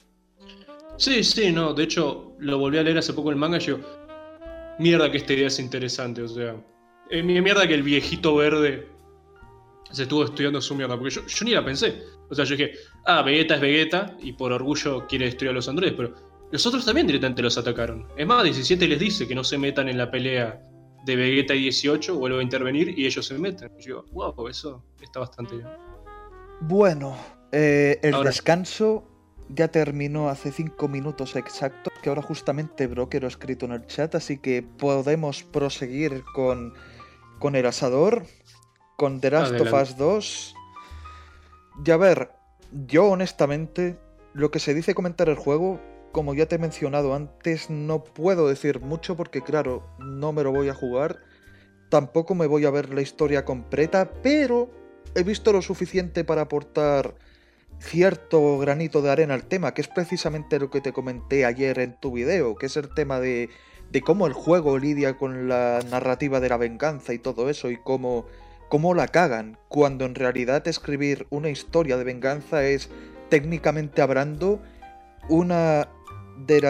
Sí, no, de hecho, lo volví a leer hace poco el manga y yo, mierda que esta idea es interesante, o sea, mierda que el viejito verde se estuvo estudiando su mierda, porque yo ni la pensé. O sea, yo dije, Vegeta es Vegeta y por orgullo quiere destruir a los androides, pero los otros también directamente los atacaron. Es más, 17 les dice que no se metan en la pelea de Vegeta y 18, vuelve a intervenir y ellos se meten. Y yo, wow, eso está bastante bien. Bueno, el descanso ya terminó hace 5 minutos exactos, que ahora justamente Broker lo ha escrito en el chat, así que podemos proseguir con el asador, con The Last of Us 2. Y a ver, yo honestamente, lo que se dice comentar el juego, como ya te he mencionado antes, no puedo decir mucho porque claro, no me lo voy a jugar, tampoco me voy a ver la historia completa, pero he visto lo suficiente para aportar cierto granito de arena al tema, que es precisamente lo que te comenté ayer en tu video, que es el tema de cómo el juego lidia con la narrativa de la venganza y todo eso, y cómo la cagan, cuando en realidad escribir una historia de venganza es, técnicamente hablando, una de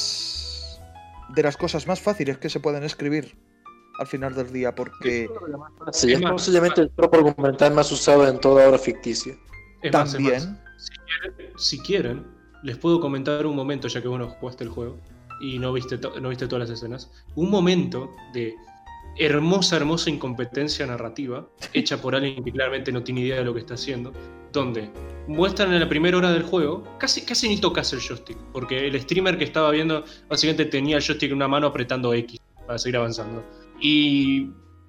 las cosas más fáciles que se pueden escribir al final del día, porque sí, es posiblemente el tropo argumental más usado en toda obra ficticia. También, si quieren, les puedo comentar un momento, ya que vos no jugaste el juego y no viste todas las escenas, un momento de hermosa incompetencia narrativa hecha por alguien que claramente no tiene idea de lo que está haciendo, donde muestran en la primera hora del juego, casi ni tocas el joystick, porque el streamer que estaba viendo básicamente tenía el joystick en una mano apretando X para seguir avanzando, y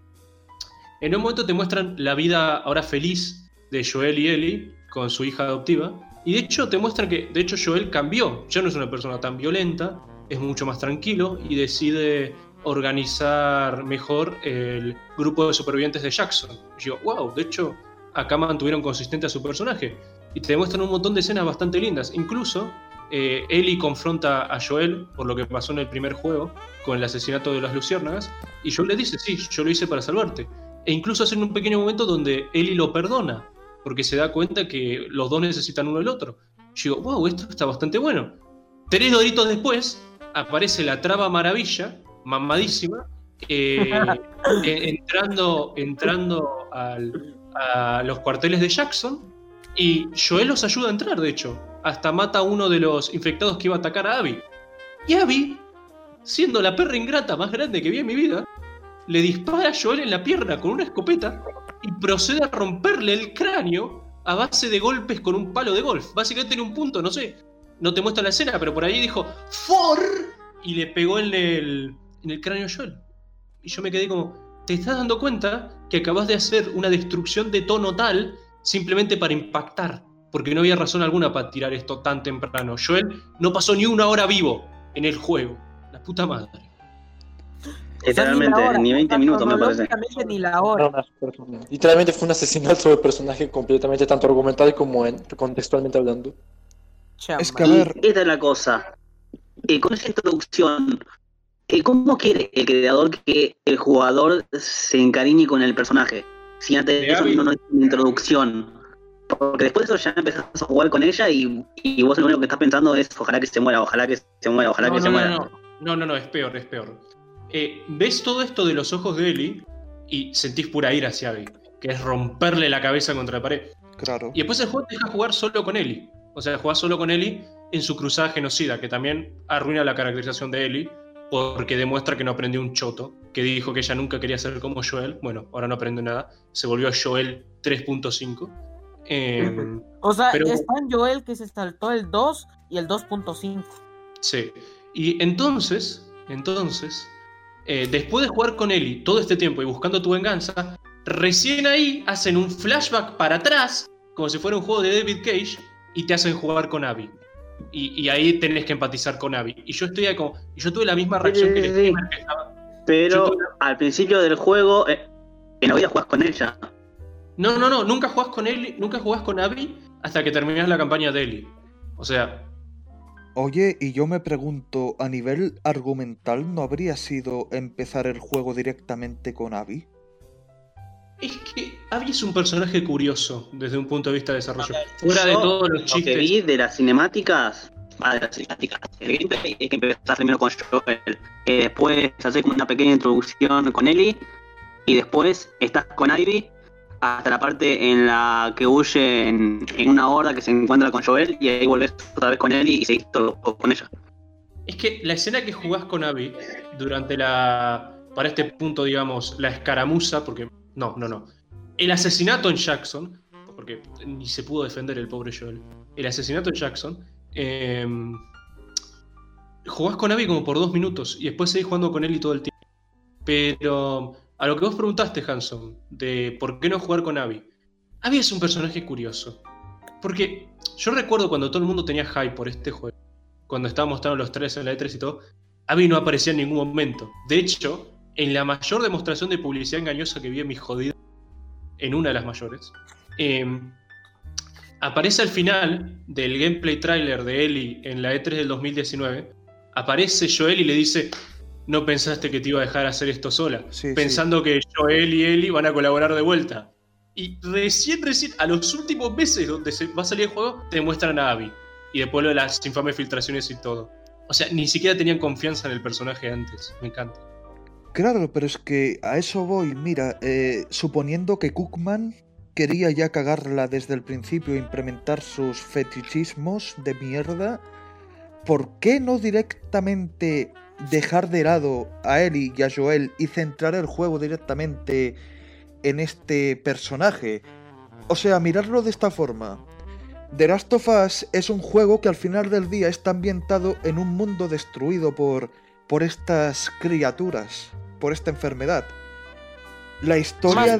en un momento te muestran la vida ahora feliz de Joel y Ellie con su hija adoptiva, y de hecho te muestran que de hecho Joel cambió, ya no es una persona tan violenta, es mucho más tranquilo y decide organizar mejor el grupo de supervivientes de Jackson. Y yo, wow, de hecho, acá mantuvieron consistente a su personaje. Y te demuestran un montón de escenas bastante lindas. Incluso, Ellie confronta a Joel por lo que pasó en el primer juego, con el asesinato de las luciérnagas, y Joel le dice, sí, yo lo hice para salvarte. E incluso hacen un pequeño momento donde Ellie lo perdona, porque se da cuenta que los dos necesitan uno del otro. Yo digo, wow, esto está bastante bueno. 3 doritos después, aparece la Traba Maravilla, mamadísima, entrando a los cuarteles de Jackson, y Joel los ayuda a entrar, de hecho. Hasta mata a uno de los infectados que iba a atacar a Abby. Y Abby, siendo la perra ingrata más grande que vi en mi vida, le dispara a Joel en la pierna con una escopeta y procede a romperle el cráneo a base de golpes con un palo de golf. Básicamente en un punto, no sé, no te muestra la escena, pero por ahí dijo ¡For! Y le pegó en el cráneo a Joel. Y yo me quedé como, ¿te estás dando cuenta que acabas de hacer una destrucción de tono tal simplemente para impactar? Porque no había razón alguna para tirar esto tan temprano. Joel no pasó ni una hora vivo en el juego. La puta madre. Literalmente, ni 20 minutos me parece. Ni la hora. Literalmente fue un asesinato sobre el personaje completamente, tanto argumental como contextualmente hablando. Es que a ver... Esta es la cosa. Con esa introducción, ¿cómo quiere el creador que el jugador se encariñe con el personaje? Si antes de eso no es una introducción. Porque después de eso ya empezás a jugar con ella y vos lo único que estás pensando es ojalá que se muera, ojalá que se muera, ojalá que se muera. No, es peor. Ves todo esto de los ojos de Ellie y sentís pura ira hacia Abby, que es romperle la cabeza contra la pared. Claro. Y después el juego te deja jugar solo con Ellie. O sea, jugás solo con Ellie en su cruzada genocida, que también arruina la caracterización de Ellie, porque demuestra que no aprendió un choto, que dijo que ella nunca quería ser como Joel. Bueno, ahora no aprende nada, se volvió Joel 3.5. O sea, está en Joel que se saltó el 2 y el 2.5. Sí, y entonces, después de jugar con Ellie todo este tiempo y buscando tu venganza, recién ahí hacen un flashback para atrás, como si fuera un juego de David Cage, y te hacen jugar con Abby. Y ahí tenés que empatizar con Abby. Y yo estoy ahí como... Y yo tuve la misma reacción que el streamer que estaba... Pero al principio del juego, en la vida jugás con ella. No, nunca jugás con Ellie, nunca jugás con Abby hasta que terminás la campaña de Ellie. O sea, Oye, y yo me pregunto, a nivel argumental, ¿no habría sido empezar el juego directamente con Abby? Es que Abby es un personaje curioso desde un punto de vista de desarrollo. Fuera de todos los chistes. Lo que vi de las cinemáticas, el gameplay es que empezás primero con Joel, después haces como una pequeña introducción con Ellie, y después estás con Ivy hasta la parte en la que huye en una horda que se encuentra con Joel, y ahí volvés otra vez con Ellie y seguís todo con ella. Es que la escena que jugás con Abby durante para este punto, digamos, la escaramuza, porque no. El asesinato en Jackson, porque ni se pudo defender el pobre Joel. El asesinato en Jackson, jugás con Abby como por 2 minutos y después seguís jugando con Ellie todo el tiempo. Pero a lo que vos preguntaste, Hanson, de por qué no jugar con Abby. Abby es un personaje curioso. Porque yo recuerdo cuando todo el mundo tenía hype por este juego, cuando estábamos mostrando los trailers en la E3 y todo, Abby no aparecía en ningún momento. De hecho, en la mayor demostración de publicidad engañosa que vi en mi jodida, en una de las mayores, aparece al final del gameplay trailer de Ellie en la E3 del 2019, aparece Joel y le dice: no pensaste que te iba a dejar hacer esto sola, pensando que Joel y Ellie van a colaborar de vuelta. Y recién, a los últimos meses donde se va a salir el juego, te muestran a Abby. Y después lo de las infames filtraciones y todo. O sea, ni siquiera tenían confianza en el personaje antes. Me encanta. Claro, pero es que a eso voy. Mira, suponiendo que Cookman quería ya cagarla desde el principio e implementar sus fetichismos de mierda, ¿por qué no directamente dejar de lado a Ellie y a Joel y centrar el juego directamente en este personaje? O sea, mirarlo de esta forma. The Last of Us es un juego que al final del día está ambientado en un mundo destruido por estas criaturas, por esta enfermedad. La historia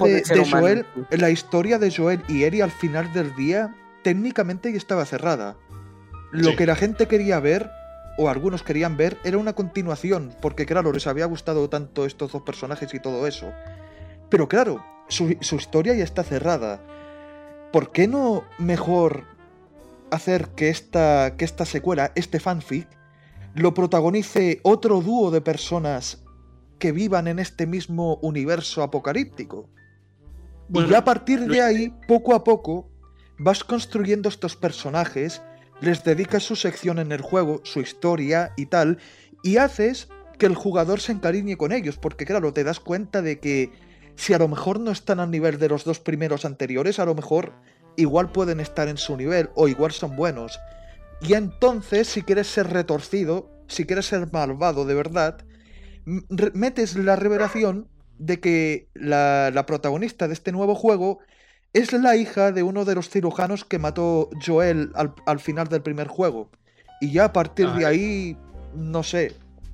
de Joel y Ellie al final del día técnicamente ya estaba cerrada. Lo que la gente quería ver, o algunos querían ver, era una continuación, porque claro, les había gustado tanto estos dos personajes y todo eso. Pero claro, su historia ya está cerrada. ¿Por qué no mejor hacer que esta secuela, este fanfic, lo protagonice otro dúo de personas que vivan en este mismo universo apocalíptico? Bueno, y ya a partir de ahí, poco a poco, vas construyendo estos personajes, les dedicas su sección en el juego, su historia y tal, y haces que el jugador se encariñe con ellos, porque claro, te das cuenta de que si a lo mejor no están al nivel de los dos primeros anteriores, a lo mejor igual pueden estar en su nivel, o igual son buenos. Y entonces, si quieres ser retorcido, si quieres ser malvado de verdad, metes la revelación de que la protagonista de este nuevo juego es la hija de uno de los cirujanos que mató Joel al final del primer juego. Y ya a partir de ahí, no sé.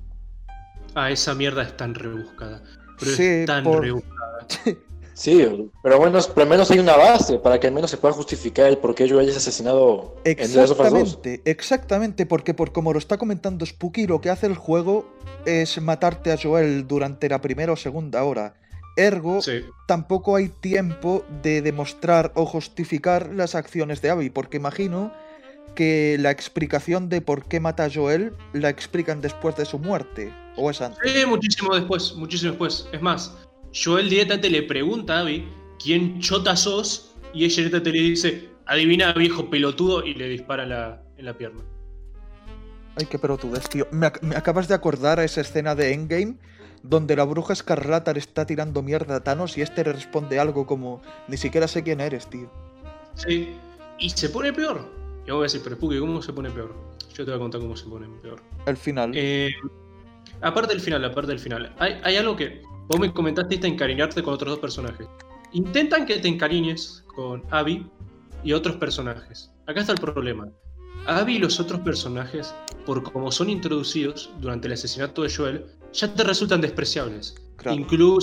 Esa mierda es tan rebuscada. Pero sí, es tan rebuscada. Sí, pero bueno, al menos hay una base para que al menos se pueda justificar el por qué Joel es asesinado en The Last of Us 2. Exactamente, porque como lo está comentando Spooky, lo que hace el juego es matarte a Joel durante la primera o segunda hora. Ergo, tampoco hay tiempo de demostrar o justificar las acciones de Abby, porque imagino que la explicación de por qué mata a Joel la explican después de su muerte, ¿o es antes? Sí, muchísimo después. Es más, Joel directamente le pregunta a Abby quién chota sos, y ella directamente le dice: adivina, viejo pelotudo, y le dispara en la pierna. Ay, qué pelotudez, tío. Me acabas de acordar a esa escena de Endgame donde la bruja escarlata le está tirando mierda a Thanos y este le responde algo como: ni siquiera sé quién eres, tío. Sí, y se pone peor. Y vos voy a decir: pero Spooky, ¿cómo se pone peor? Yo te voy a contar cómo se pone peor. El final. Aparte del final. Hay algo que vos me comentaste, de encariñarte con otros dos personajes. Intentan que te encariñes con Abby y otros personajes. Acá está el problema. Abby y los otros personajes, por como son introducidos durante el asesinato de Joel, ya te resultan despreciables. Claro.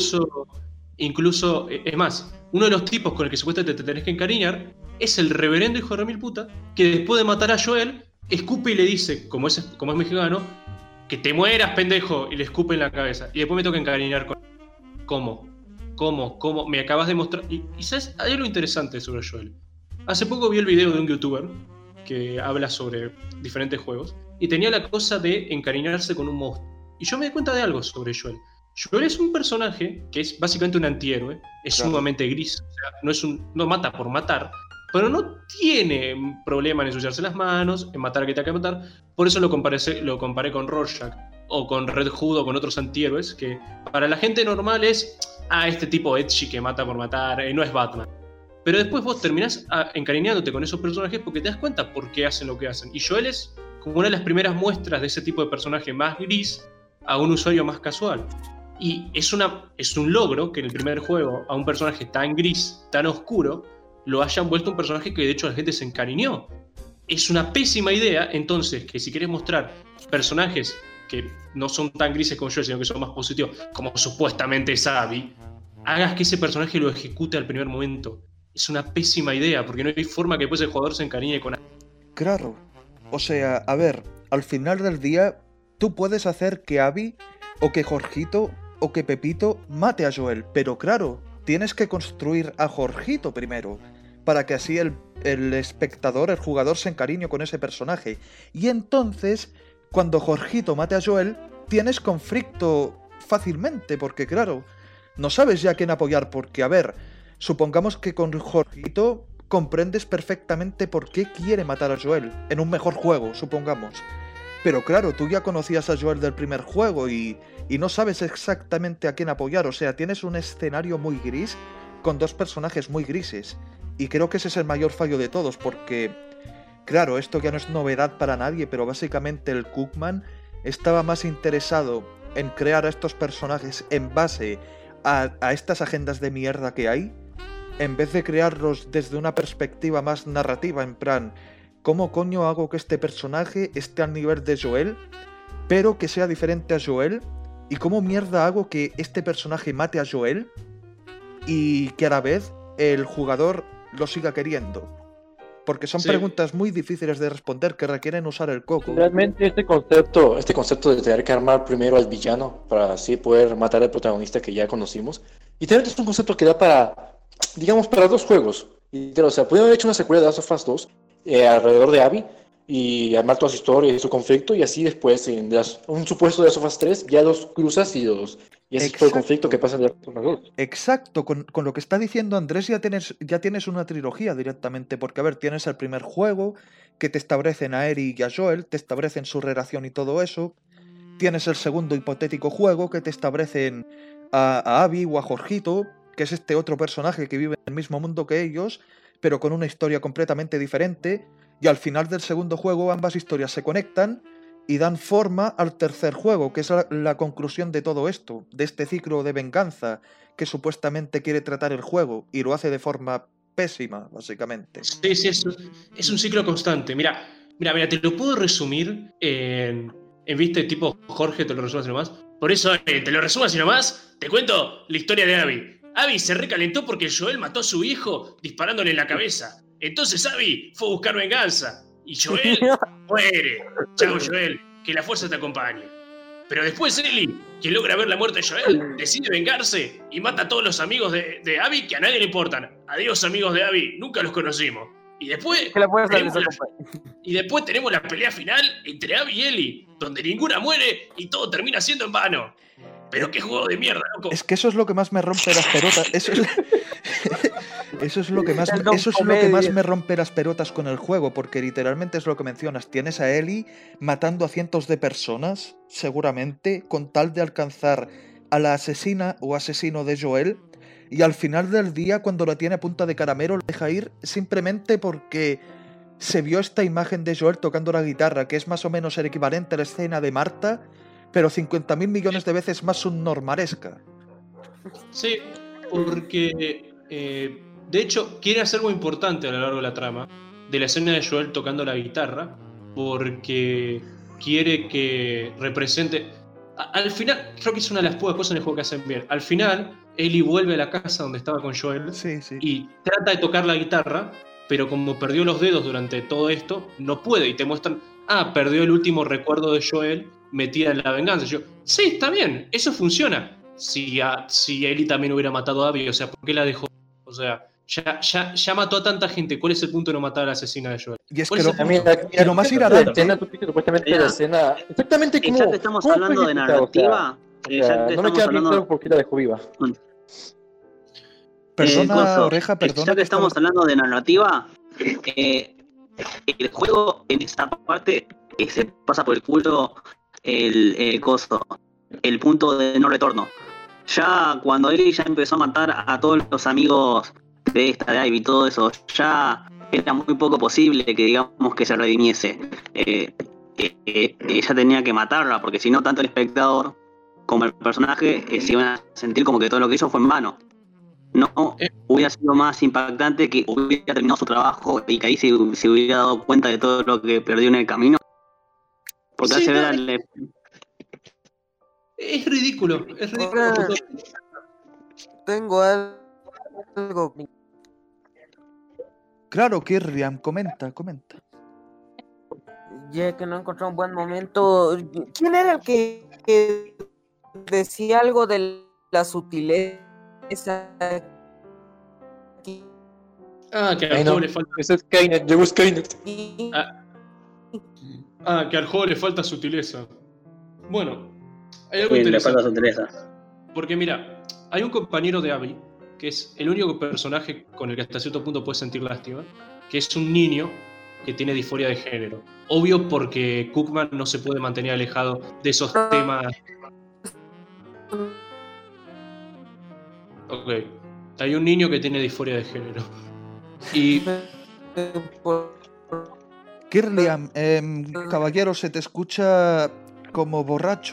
Incluso, es más, uno de los tipos con el que supuestamente te tenés que encariñar es el reverendo hijo de remil puta, que después de matar a Joel, escupe y le dice, como es mexicano, que te mueras, pendejo, y le escupe en la cabeza. Y después me tengo que encariñar con... ¿Cómo? Me acabas de mostrar... Y ¿sabes? Hay algo interesante sobre Joel. Hace poco vi el video de un youtuber que habla sobre diferentes juegos, y tenía la cosa de encariñarse con un monstruo. Y yo me di cuenta de algo sobre Joel. Joel es un personaje que es básicamente un antihéroe, es sumamente gris, o sea, no mata por matar, pero no tiene problema en ensuciarse las manos, en matar a quien tenga que matar. Por eso lo comparé con Rorschach o con Red Hood o con otros antihéroes que para la gente normal es este tipo edgy que mata por matar, no es Batman. Pero después vos terminás encariñándote con esos personajes porque te das cuenta por qué hacen lo que hacen. Y Joel es como una de las primeras muestras de ese tipo de personaje más gris a un usuario más casual. Y es un logro que en el primer juego a un personaje tan gris, tan oscuro, lo hayan vuelto un personaje que de hecho la gente se encariñó. Es una pésima idea, entonces, que si querés mostrar personajes que no son tan grises como yo, sino que son más positivos, como supuestamente es Abby, hagas que ese personaje lo ejecute al primer momento. Es una pésima idea, porque no hay forma que después el jugador se encariñe con Abby. Claro. O sea, a ver, al final del día, tú puedes hacer que Abby, o que Jorgito, o que Pepito mate a Joel, pero claro, tienes que construir a Jorgito primero, para que así el espectador, el jugador se encariñe con ese personaje. Y entonces, cuando Jorgito mate a Joel, tienes conflicto fácilmente, porque claro, no sabes ya a quién apoyar, porque a ver, supongamos que con Jorgito comprendes perfectamente por qué quiere matar a Joel, en un mejor juego, supongamos. Pero claro, tú ya conocías a Joel del primer juego y no sabes exactamente a quién apoyar, o sea, tienes un escenario muy gris con dos personajes muy grises. Y creo que ese es el mayor fallo de todos, porque, claro, esto ya no es novedad para nadie, pero básicamente el Cookman estaba más interesado en crear a estos personajes en base a estas agendas de mierda que hay, en vez de crearlos desde una perspectiva más narrativa, en plan, ¿cómo coño hago que este personaje esté al nivel de Joel, pero que sea diferente a Joel? ¿Y cómo mierda hago que este personaje mate a Joel y que a la vez el jugador lo siga queriendo? Porque son preguntas muy difíciles de responder que requieren usar el coco. Realmente este concepto de tener que armar primero al villano para así poder matar al protagonista que ya conocimos, y también es un concepto que da para, digamos, para dos juegos. O sea, pudieron haber hecho una secuela de Last of Us 2 alrededor de Abby y armar toda su historia y su conflicto, y así después en un supuesto de Last of Us 3 ya los cruzas y ese es todo el conflicto que pasa en Last of Us 2. Exacto, con lo que está diciendo Andrés ya tienes una trilogía directamente, porque a ver, tienes el primer juego que te establecen a Ellie y a Joel, te establecen su relación y todo eso, tienes el segundo hipotético juego que te establecen a Abby o a Jorgito, que es este otro personaje que vive en el mismo mundo que ellos, pero con una historia completamente diferente, y al final del segundo juego ambas historias se conectan y dan forma al tercer juego, que es la conclusión de todo esto, de este ciclo de venganza que supuestamente quiere tratar el juego, y lo hace de forma pésima, básicamente. Sí, es un ciclo constante. Mira, te lo puedo resumir en viste, tipo Jorge, te lo resumo así nomás. Por eso, te lo resumo así nomás, te cuento la historia de Abby. Abby se recalentó porque Joel mató a su hijo disparándole en la cabeza. Entonces Abby fue a buscar venganza. Y Joel muere. Chao, Joel, que la fuerza te acompañe. Pero después Ellie, que logra ver la muerte de Joel, decide vengarse y mata a todos los amigos de Abby que a nadie le importan. Adiós, amigos de Abby, nunca los conocimos. Y después tenemos la pelea final entre Abby y Ellie, donde ninguna muere y todo termina siendo en vano. Pero qué juego de mierda, loco. Es que eso es lo que más me rompe las pelotas. Eso es lo que más me rompe las pelotas con el juego, porque literalmente es lo que mencionas. Tienes a Ellie matando a cientos de personas, seguramente, con tal de alcanzar a la asesina o asesino de Joel, y al final del día, cuando la tiene a punta de caramelo, la deja ir simplemente porque se vio esta imagen de Joel tocando la guitarra, que es más o menos el equivalente a la escena de Marta, pero 50.000 millones de veces más subnormalesca. Sí, porque de hecho quiere hacer algo importante a lo largo de la trama, de la escena de Joel tocando la guitarra, porque quiere que represente... Al final, creo que es una de las pocas cosas en el juego que hacen bien. Al final, Ellie vuelve a la casa donde estaba con Joel y trata de tocar la guitarra, pero como perdió los dedos durante todo esto, no puede, y te muestran, perdió el último recuerdo de Joel metida en la venganza. Yo, sí, está bien, eso funciona. Si Ellie también hubiera matado a Abby, o sea, ¿por qué la dejó? O sea, Ya mató a tanta gente. ¿Cuál es el punto de no matar a la asesina de Joel? Y es que lo más hilarante. Supuestamente la escena. Exactamente como. Ya que estamos hablando de narrativa. No me queda bien claro por qué la dejó viva. Perdona, Oreja, perdona. Ya que estamos hablando de narrativa, el juego en esta parte se pasa por el culo el punto de no retorno. Ya cuando Ellie ya empezó a matar a todos los amigos de esta de Ivy y todo eso, ya era muy poco posible que digamos que se redimiese. Ella tenía que matarla, porque si no, tanto el espectador como el personaje se iban a sentir como que todo lo que hizo fue en vano. No hubiera sido más impactante que hubiera terminado su trabajo y que ahí se hubiera dado cuenta de todo lo que perdió en el camino. Porque Sí, hace ver no, es ridículo. Tengo algo. Claro, Kirriam, comenta. Ya que no encontré un buen momento. ¿Quién era el que decía algo de la sutileza? Que al juego le falta. Eso es Skynet, llegó Skynet. Que al juego le falta sutileza. Bueno, hay algo le interesante. falta sutileza. Porque mira, hay un compañero de Abby, que es el único personaje con el que hasta cierto punto puedes sentir lástima, que es un niño que tiene disforia de género. Obvio porque Cookman no se puede mantener alejado de esos temas. Ok. Hay un niño que tiene disforia de género. Y... Kirliam, caballero, se te escucha como borracho.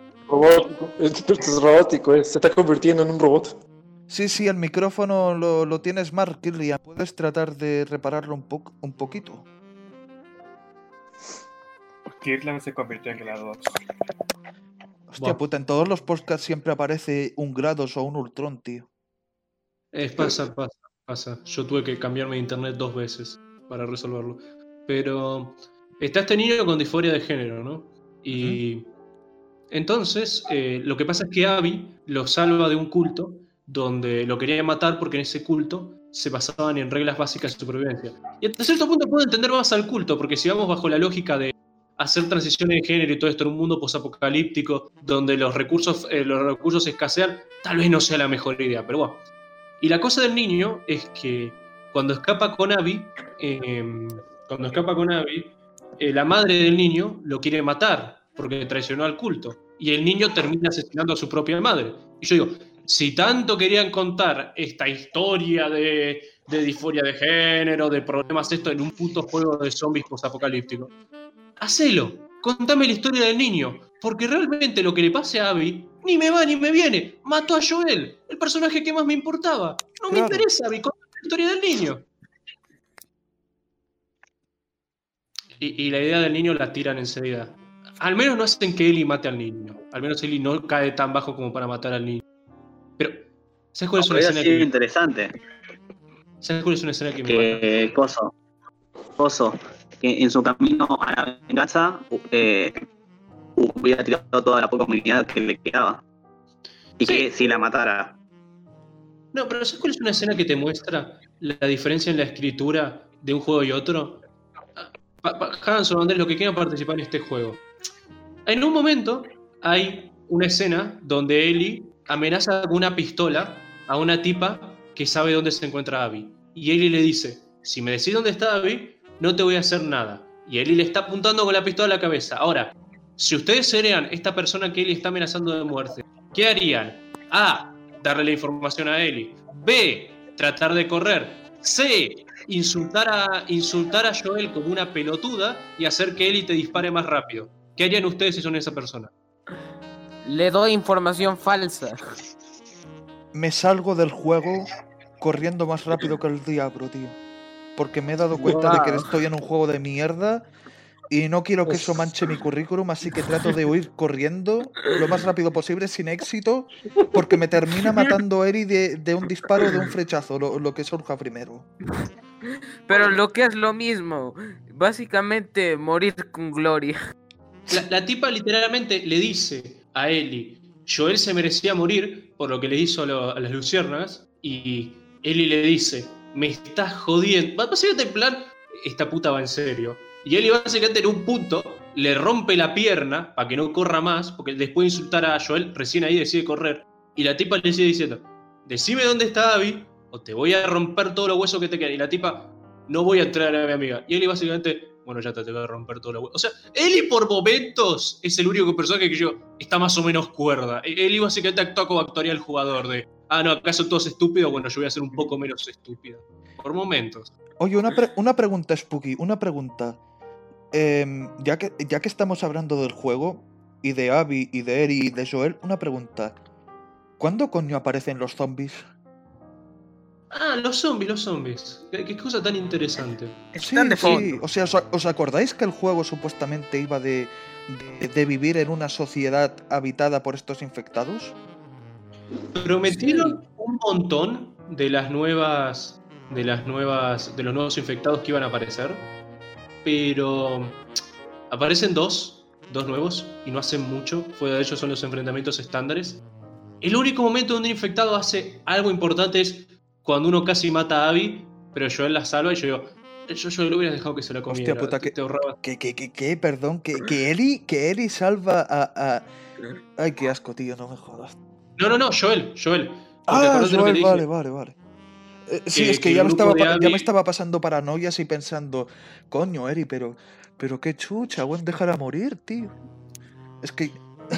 Es robótico, se está convirtiendo en un robot. Sí, el micrófono lo tienes mal, Kirliam. ¿Puedes tratar de repararlo un poquito? Kirliam se convirtió en GLaDOS. Hostia puta, en todos los podcasts siempre aparece un GLaDOS o un Ultron, tío. Pasa. Yo tuve que cambiarme de internet 2 veces para resolverlo. Pero está este niño con disforia de género, ¿no? Y entonces lo que pasa es que Abby lo salva de un culto donde lo quería matar porque en ese culto se basaban en reglas básicas de supervivencia. Y hasta cierto punto puedo entender más al culto, porque si vamos bajo la lógica de hacer transiciones de género y todo esto en un mundo posapocalíptico donde los recursos escasean, tal vez no sea la mejor idea, pero bueno. Y la cosa del niño es que cuando escapa con Abby, la madre del niño lo quiere matar porque traicionó al culto. Y el niño termina asesinando a su propia madre. Y yo digo, si tanto querían contar esta historia de disforia de género, de problemas esto en un puto juego de zombies posapocalíptico, hacelo, contame la historia del niño, porque realmente lo que le pase a Abby ni me va ni me viene. Mató a Joel, el personaje que más me importaba. No me interesa, Abby, contame la historia del niño. Y la idea del niño la tiran enseguida. Al menos no hacen que Ellie mate al niño. Al menos Ellie no cae tan bajo como para matar al niño. Pero, ¿sabes cuál es una escena que interesante? ¿Sabes cuál es una escena que me mata? Coso, que en su camino a la venganza hubiera tirado toda la poca comunidad que le quedaba. Y que si la matara. No, pero ¿sabes cuál es una escena que te muestra la diferencia en la escritura de un juego y otro? Hanson, Andrés, lo que quieran participar en este juego. En un momento hay una escena donde Ellie amenaza con una pistola a una tipa que sabe dónde se encuentra Abby. Y Ellie le dice, si me decís dónde está Abby, no te voy a hacer nada. Y Ellie le está apuntando con la pistola a la cabeza. Ahora, si ustedes serían esta persona que Ellie está amenazando de muerte, ¿qué harían? A, darle la información a Ellie. B, tratar de correr. C, insultar a Joel como una pelotuda y hacer que Ellie te dispare más rápido. ¿Qué harían ustedes si son esa persona? Le doy información falsa. Me salgo del juego corriendo más rápido que el diablo, tío. Porque me he dado cuenta de que estoy en un juego de mierda y no quiero que eso manche mi currículum, así que trato de huir corriendo lo más rápido posible, sin éxito, porque me termina matando Eri de un disparo, de un flechazo, lo que surja primero. Pero lo que es lo mismo, básicamente morir con gloria. La tipa literalmente le dice a Ellie, Joel se merecía morir por lo que le hizo a las luciérnagas, y Ellie le dice, me estás jodiendo. Básicamente en plan, esta puta va en serio. Y Ellie básicamente en un punto le rompe la pierna para que no corra más, porque después de insultar a Joel, recién ahí decide correr. Y la tipa le sigue diciendo, decime dónde está Abby, o te voy a romper todos los huesos que te quedan. Y la tipa, no voy a entrar a mi amiga. Y Ellie básicamente, bueno, ya te voy a romper todos los huesos. O sea, Ellie por momentos es el único personaje que yo está más o menos cuerda. Ellie básicamente actúa como actuaría el jugador de, no, ¿acaso todos estúpidos? Bueno, yo voy a ser un poco menos estúpido. Por momentos. Oye, una pregunta, Spooky, una pregunta. Ya que estamos hablando del juego, y de Abby, y de Eri, y de Joel, una pregunta. ¿Cuándo coño aparecen los zombies? Los zombies. Qué cosa tan interesante. Están de fondo. Sí. O sea, ¿os acordáis que el juego supuestamente iba de vivir en una sociedad habitada por estos infectados? Prometieron un montón de los nuevos infectados que iban a aparecer, pero aparecen dos nuevos y no hacen mucho. Fuera de ellos son los enfrentamientos estándares. El único momento donde un infectado hace algo importante es cuando uno casi mata a Abby, pero Joel la salva y yo digo, yo lo hubiera dejado que se la comiera. Hostia puta, te ahorraba. Perdón, que Eli salva a... Ay, qué asco, tío, no me jodas. No, Joel. Joel, vale. Sí, es que ya me estaba pasando paranoias y pensando, coño, Eri, pero qué chucha, buen dejar a morir, tío. Es que...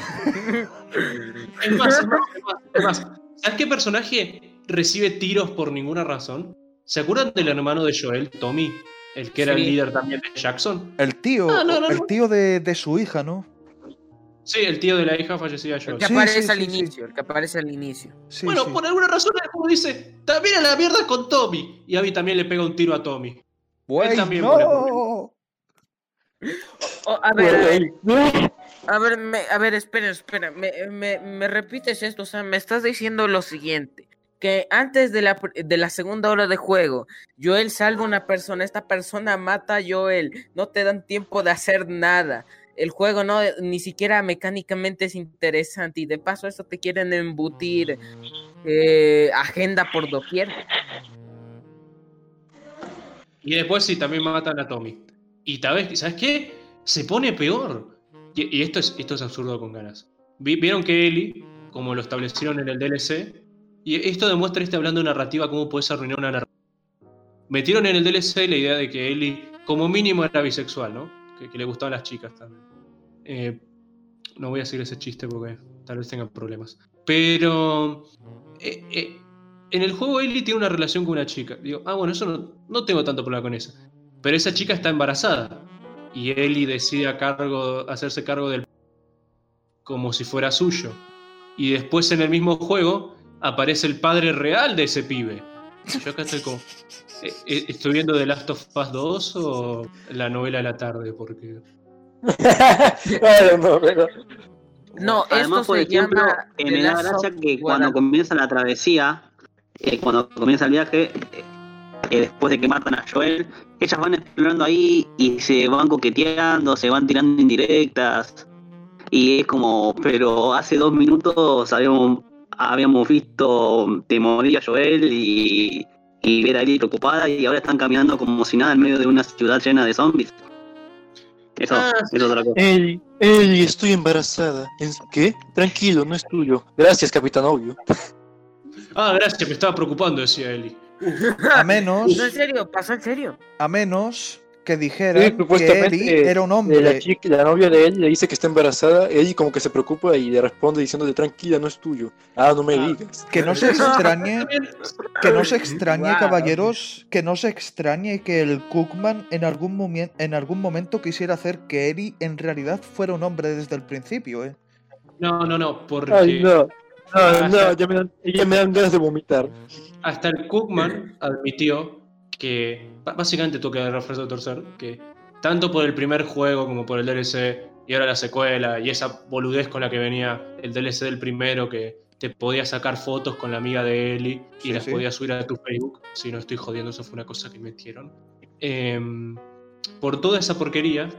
Es más. ¿Sabes qué personaje recibe tiros por ninguna razón? ¿Se acuerdan del hermano de Joel, Tommy? El que era el líder también de Jackson. El tío, el tío de su hija, ¿no? Sí, el tío de la hija fallecida Joel. El que aparece al inicio, el que aparece al inicio. Por alguna razón el juego dice, también a la mierda con Tommy. Y Abby también le pega un tiro a Tommy. Él también no. A ver, espera. ¿Me repites esto? O sea, me estás diciendo lo siguiente. Que antes de la segunda hora de juego, Joel salva a una persona, esta persona mata a Joel, no te dan tiempo de hacer nada. El juego ni siquiera mecánicamente es interesante y de paso eso te quieren embutir agenda por doquier. Y después sí, también matan a Tommy. Y ¿sabes qué? Se pone peor. Y esto es absurdo con ganas. Vieron que Ellie, como lo establecieron en el DLC, y esto demuestra hablando de narrativa, cómo puedes arruinar una narrativa. Metieron en el DLC la idea de que Ellie, como mínimo, era bisexual, ¿no? Que le gustaban las chicas también. No voy a decir ese chiste porque tal vez tengan problemas. Pero en el juego Ellie tiene una relación con una chica. Digo, bueno, eso no tengo tanto problema con eso. Pero esa chica está embarazada. Y Ellie decide hacerse cargo del como si fuera suyo. Y después en el mismo juego aparece el padre real de ese pibe. Yo acá estoy como... ¿Estoy viendo The Last of Us 2 o la novela de la tarde? Porque... No, además, esto por ejemplo, me da gracia que cuando comienza la travesía, cuando comienza el viaje, después de que matan a Joel, ellas van explorando ahí y se van coqueteando, se van tirando indirectas. Y es como, pero hace 2 minutos habíamos visto te moría Joel y ver a Ellie preocupada, y ahora están caminando como si nada en medio de una ciudad llena de zombies. Eso es otra cosa. Ellie, estoy embarazada. ¿Qué? Tranquilo, no es tuyo. Gracias, Capitán Obvio. Gracias, me estaba preocupando, decía Ellie. A menos... ¿No, en serio? ¿Pasó en serio? A menos que dijeran que Ellie era un hombre. La novia de Ellie le dice que está embarazada. Ellie como que se preocupa y le responde diciéndole, tranquila, no es tuyo. No me digas. Que no se extrañe, caballeros, que no se extrañe que el Cookman en algún momento quisiera hacer que Ellie en realidad fuera un hombre desde el principio, No, porque... Ay, no, ya me dan ganas de vomitar. Hasta el Cookman admitió que básicamente tuvo que dar refuerzo de torcer, que tanto por el primer juego como por el DLC y ahora la secuela y esa boludez con la que venía el DLC del primero, que te podías sacar fotos con la amiga de Ellie y las podías subir a tu Facebook, si no estoy jodiendo, eso fue una cosa que metieron. Por toda esa porquería,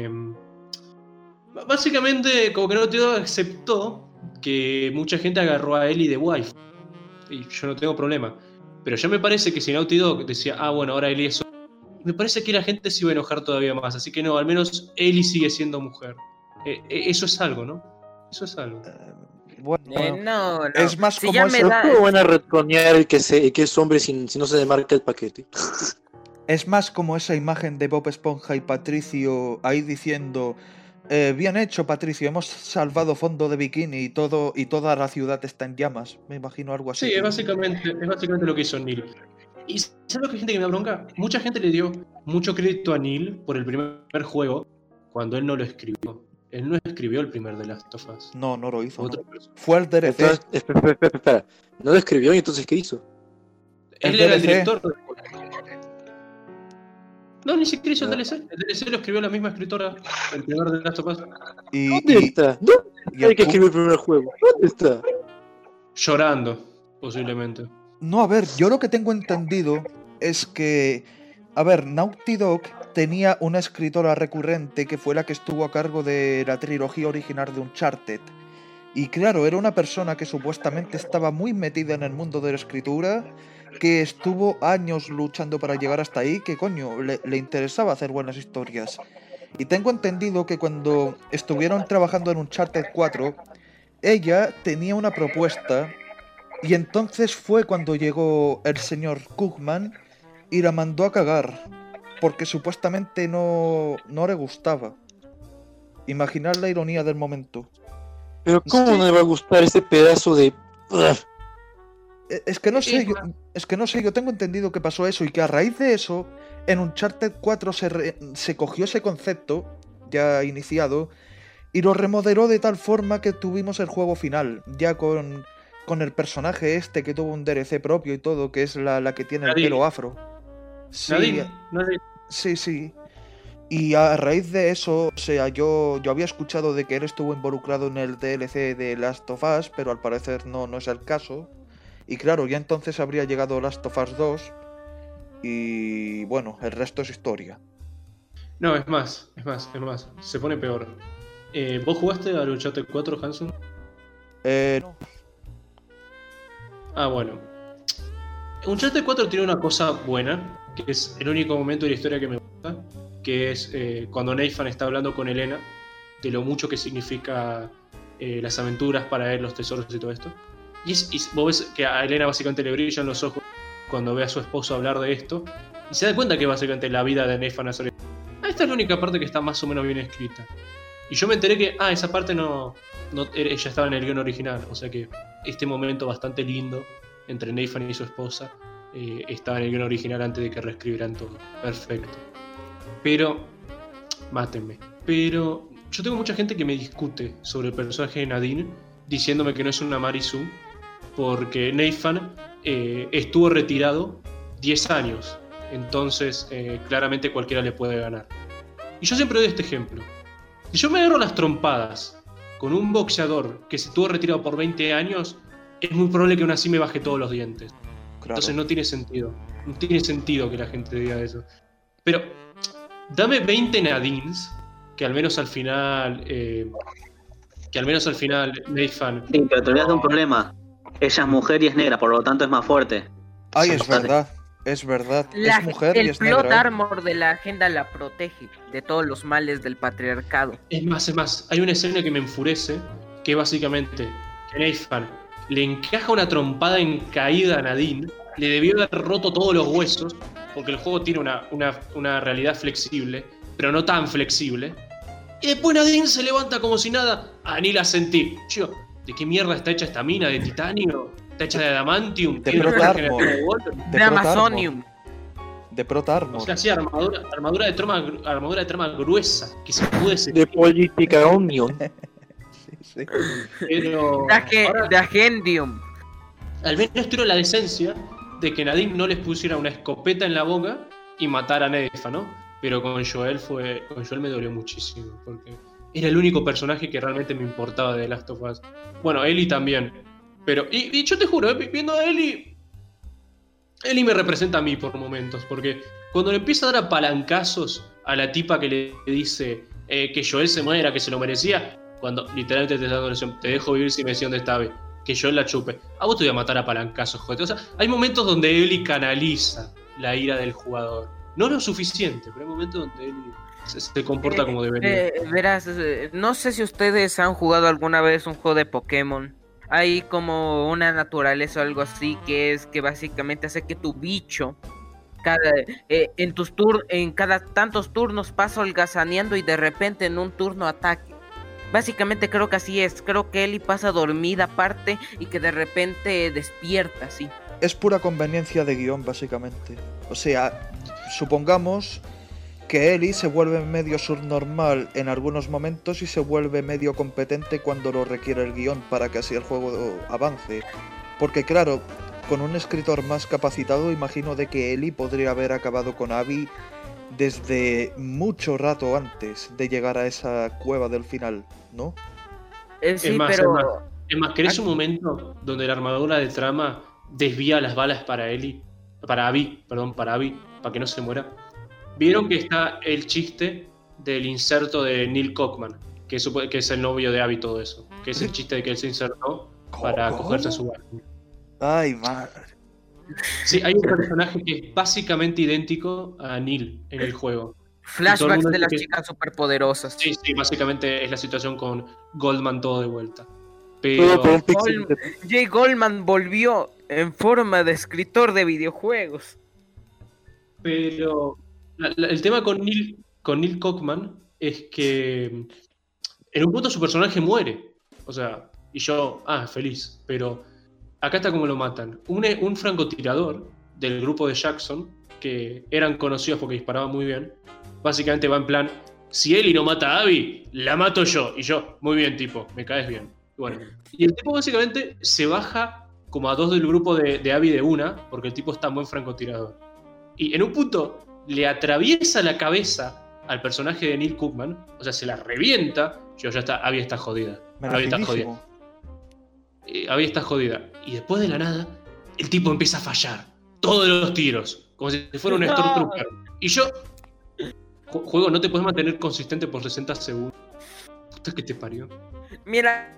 básicamente como que no te aceptó que mucha gente agarró a Ellie de wife, y yo no tengo problema. Pero ya me parece que si Naughty Dog decía, bueno, ahora Ellie es... Me parece que la gente se iba a enojar todavía más. Así que no, al menos Ellie sigue siendo mujer. Eso es algo, ¿no? Eso es algo. Bueno, no. Es más si como eso. ¿Cómo van a retconear el que es hombre si no se demarca el paquete? Es más como esa imagen de Bob Esponja y Patricio ahí diciendo: bien hecho, Patricio, hemos salvado fondo de bikini y toda la ciudad está en llamas. Me imagino algo así. Sí, es básicamente lo que hizo Neil. Y ¿sabes lo que hay gente que me da bronca? Mucha gente le dio mucho crédito a Neil por el primer juego cuando él no lo escribió. Él no escribió el primer The Last of Us. No lo hizo. No. Fue el DLC. Espera. No lo escribió y entonces ¿qué hizo? Él era el director. No, ni siquiera hizo el DLC. El DLC lo escribió la misma escritora, el primer The Last of Us. ¿Dónde está? ¿Dónde hay que escribir el primer juego? ¿Dónde está? Llorando, posiblemente. No, a ver, yo lo que tengo entendido es que... A ver, Naughty Dog tenía una escritora recurrente que fue la que estuvo a cargo de la trilogía original de Uncharted. Y claro, era una persona que supuestamente estaba muy metida en el mundo de la escritura, que estuvo años luchando para llegar hasta ahí, que coño, le interesaba hacer buenas historias. Y tengo entendido que cuando estuvieron trabajando en Uncharted 4, ella tenía una propuesta, y entonces fue cuando llegó el señor Cookman y la mandó a cagar, porque supuestamente no le gustaba. Imaginar la ironía del momento. Pero ¿cómo no le va a gustar ese pedazo de... Es que no sé, yo tengo entendido que pasó eso y que a raíz de eso, en Uncharted 4 se cogió ese concepto ya iniciado y lo remodeló de tal forma que tuvimos el juego final, ya con el personaje este que tuvo un DLC propio y todo, que es la que tiene el pelo afro. Sí, sí. Y a raíz de eso, o sea, yo había escuchado de que él estuvo involucrado en el DLC de Last of Us, pero al parecer no es el caso. Y claro, ya entonces habría llegado Last of Us 2 y bueno, el resto es historia. No, es más, se pone peor. ¿Vos jugaste al Uncharted 4, Hanson? No. Bueno. Uncharted 4 tiene una cosa buena, que es el único momento de la historia que me gusta, que es cuando Nathan está hablando con Elena, de lo mucho que significa las aventuras para él, los tesoros y todo esto. Y vos ves que a Elena básicamente le brillan los ojos cuando ve a su esposo hablar de esto, y se da cuenta que básicamente la vida de Nathan es... Esta es la única parte que está más o menos bien escrita. Y yo me enteré que, esa parte no ella estaba en el guión original, o sea que este momento bastante lindo entre Nathan y su esposa estaba en el guión original antes de que reescribieran todo. Perfecto. Pero, mátenme. Pero yo tengo mucha gente que me discute sobre el personaje de Nadine, diciéndome que no es una Mary Sue, porque Nathan estuvo retirado 10 años. Entonces, claramente cualquiera le puede ganar. Y yo siempre doy este ejemplo. Si yo me agarro las trompadas con un boxeador que se estuvo retirado por 20 años, es muy probable que aún así me baje todos los dientes. Claro. Entonces no tiene sentido. No tiene sentido que la gente diga eso. Pero, dame 20 Nadines, que al menos al final... Nathan... Sí, pero te olvidas de un problema. Ella es mujer y es negra, por lo tanto es más fuerte. Ay, es verdad. Es verdad, es mujer y es negra. El plot armor de la agenda la protege de todos los males del patriarcado. Es más, hay una escena que me enfurece, que básicamente que Nathan le encaja una trompada en caída a Nadine, le debió haber roto todos los huesos, porque el juego tiene una realidad flexible, pero no tan flexible. Y después Nadine se levanta como si nada. Ni la sentí. Yo, ¿de qué mierda está hecha esta mina? ¿De titanio? ¿Está hecha de adamantium? De protarmor. De amazonium. De protarmor. O sea, sí, armadura de trama gruesa, que se puede sentir. De política omnium. Sí. Pero de agendium. Al menos tuvieron la decencia de que Nadine no les pusiera una escopeta en la boca y matara a Nathan, ¿no? Pero con Joel me dolió muchísimo, porque era el único personaje que realmente me importaba de The Last of Us. Bueno, Ellie también. Pero, y yo te juro, viendo a Ellie me representa a mí por momentos, porque cuando le empieza a dar apalancazos a la tipa que le dice que Joel se muera, que se lo merecía, cuando literalmente te está dando la lección, te dejo vivir si me decís dónde está. que yo la chupe. A vos te voy a matar a palancazos, joder. O sea, hay momentos donde Ellie canaliza la ira del jugador. No lo suficiente, pero hay momentos donde Ellie se comporta como debería. Verás, no sé si ustedes han jugado alguna vez un juego de Pokémon. Hay como una naturaleza o algo así que básicamente hace que tu bicho en cada tantos turnos pasa holgazaneando y de repente en un turno ataque. Básicamente creo que así es. Creo que Ellie pasa dormida aparte y que de repente despierta así. Es pura conveniencia de guión, básicamente. O sea, supongamos que Ellie se vuelve medio subnormal en algunos momentos y se vuelve medio competente cuando lo requiere el guión para que así el juego avance. Porque claro, con un escritor más capacitado imagino de que Ellie podría haber acabado con Abby desde mucho rato antes de llegar a esa cueva del final, ¿no? Sí, pero... Es más, ¿querés un momento donde la armadura de trama desvía las balas para Abby, para que no se muera? ¿Vieron que está el chiste del inserto de Neil Cockman? Que es el novio de Abby, todo eso. Que es el chiste de que él se insertó para cogerse a su barco. Ay, madre. Sí, hay un personaje que es básicamente idéntico a Neil en el juego. Flashbacks de las chicas superpoderosas. Sí, básicamente es la situación con Goldman todo de vuelta. Pero Jay Goldman volvió en forma de escritor de videojuegos. Pero el tema con Neil Cockman es que en un punto su personaje muere. O sea, y yo, feliz. Pero acá está como lo matan. Un francotirador del grupo de Jackson, que eran conocidos porque disparaban muy bien, básicamente va en plan, si Ellie no mata a Abby, la mato yo. Y yo, muy bien, tipo, me caes bien. Bueno, y el tipo básicamente se baja como a dos del grupo de Abby de una, porque el tipo es tan buen francotirador. Y en un punto le atraviesa la cabeza al personaje de Neil Cockman, o sea, se la revienta. Ya está, Abby está jodida. Abby está jodida. Y después de la nada, el tipo empieza a fallar todos los tiros, como si fuera un Stormtrooper. Y yo, juego, no te puedes mantener consistente por 60 segundos. Puta que te parió. Mira.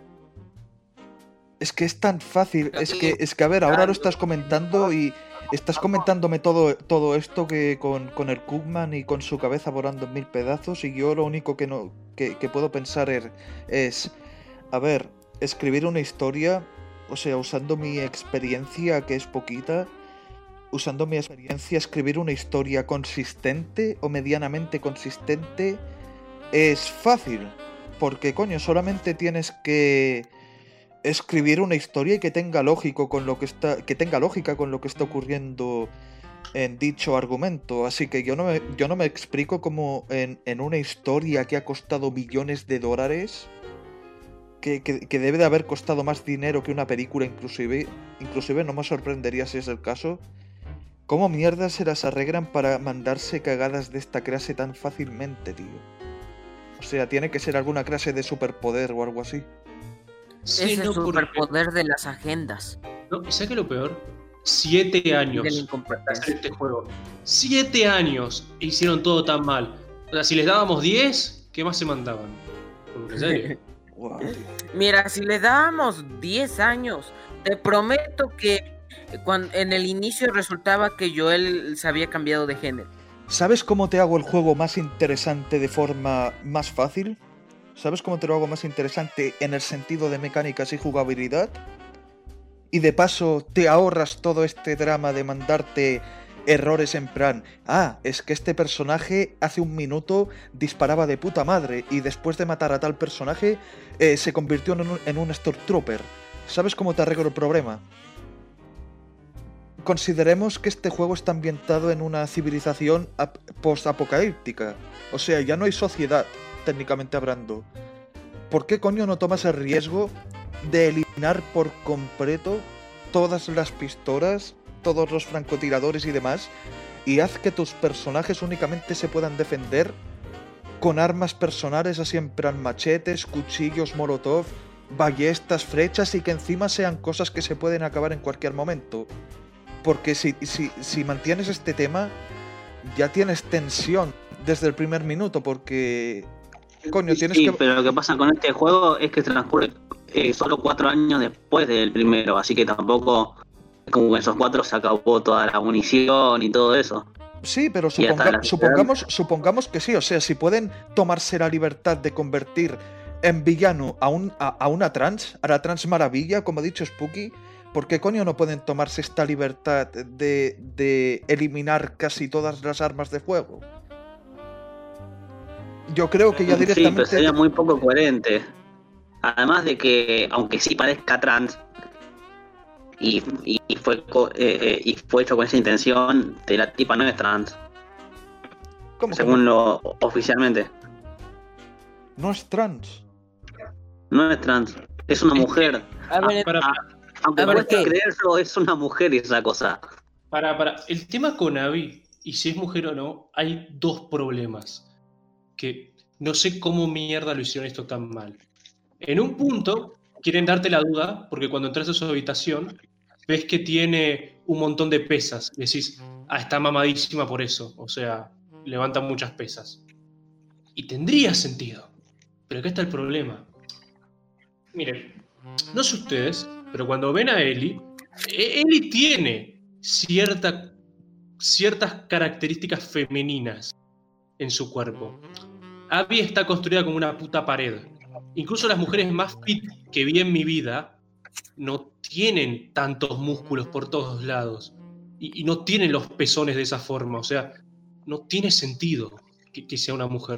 Es que es tan fácil, es que a ver, ahora lo estás comentando y estás comentándome todo esto que con el Cookman y con su cabeza volando en 1000 pedazos, y yo lo único que puedo pensar es, a ver, escribir una historia, o sea, usando mi experiencia, que es poquita, escribir una historia consistente o medianamente consistente es fácil, porque coño, solamente tienes que escribir una historia y que tenga lógica con lo que está ocurriendo en dicho argumento. Así que yo no me explico cómo en una historia que ha costado millones de dólares, que debe de haber costado más dinero que una película, inclusive no me sorprendería si es el caso, cómo mierda se las arreglan para mandarse cagadas de esta clase tan fácilmente, tío. O sea, tiene que ser alguna clase de superpoder o algo así. Sí, es el superpoder de las agendas. No, ¿y sabes qué es lo peor? 7 años para hacer este juego. 7 años e hicieron todo tan mal. O sea, si les dábamos 10, ¿qué más se mandaban? ¿En serio? Mira, si les dábamos 10 años, te prometo que en el inicio resultaba que Joel se había cambiado de género. ¿Sabes cómo te hago el juego más interesante de forma más fácil? ¿Sabes cómo te lo hago más interesante en el sentido de mecánicas y jugabilidad? Y de paso te ahorras todo este drama de mandarte errores en plan, es que este personaje hace un minuto disparaba de puta madre y después de matar a tal personaje se convirtió en un Stormtrooper. ¿Sabes cómo te arreglo el problema? Consideremos que este juego está ambientado en una civilización post-apocalíptica. O sea, ya no hay sociedad, técnicamente hablando. ¿Por qué coño no tomas el riesgo de eliminar por completo todas las pistolas, todos los francotiradores y demás, y haz que tus personajes únicamente se puedan defender con armas personales, así en plan machetes, cuchillos, molotov, ballestas, flechas, y que encima sean cosas que se pueden acabar en cualquier momento? Porque si mantienes este tema, ya tienes tensión desde el primer minuto, porque coño, tienes pero lo que pasa con este juego es que transcurre solo 4 años después del primero, así que tampoco como que en esos 4 se acabó toda la munición y todo eso. Sí, pero supongamos que sí, o sea, si pueden tomarse la libertad de convertir en villano a la trans maravilla, como ha dicho Spooky, ¿por qué coño no pueden tomarse esta libertad de eliminar casi todas las armas de fuego? Yo creo que ya directamente... Sí, pero sería muy poco coherente. Además de que, aunque sí parezca trans, y fue hecho con esa intención, de la tipa no es trans. Según lo oficialmente. No es trans. No es trans, es una mujer. Aunque cueste creerlo, es una mujer esa cosa. El tema con Abby, y si es mujer o no, hay 2 problemas. Que no sé cómo mierda lo hicieron esto tan mal. En un punto, quieren darte la duda, porque cuando entras a su habitación, ves que tiene un montón de pesas. Y decís, está mamadísima por eso. O sea, levanta muchas pesas. Y tendría sentido. Pero acá está el problema. Miren, no sé ustedes, pero cuando ven a Ellie tiene ciertas características femeninas en su cuerpo. Abby está construida como una puta pared. Incluso las mujeres más fit que vi en mi vida no tienen tantos músculos por todos lados. Y no tienen los pezones de esa forma. O sea, no tiene sentido que sea una mujer.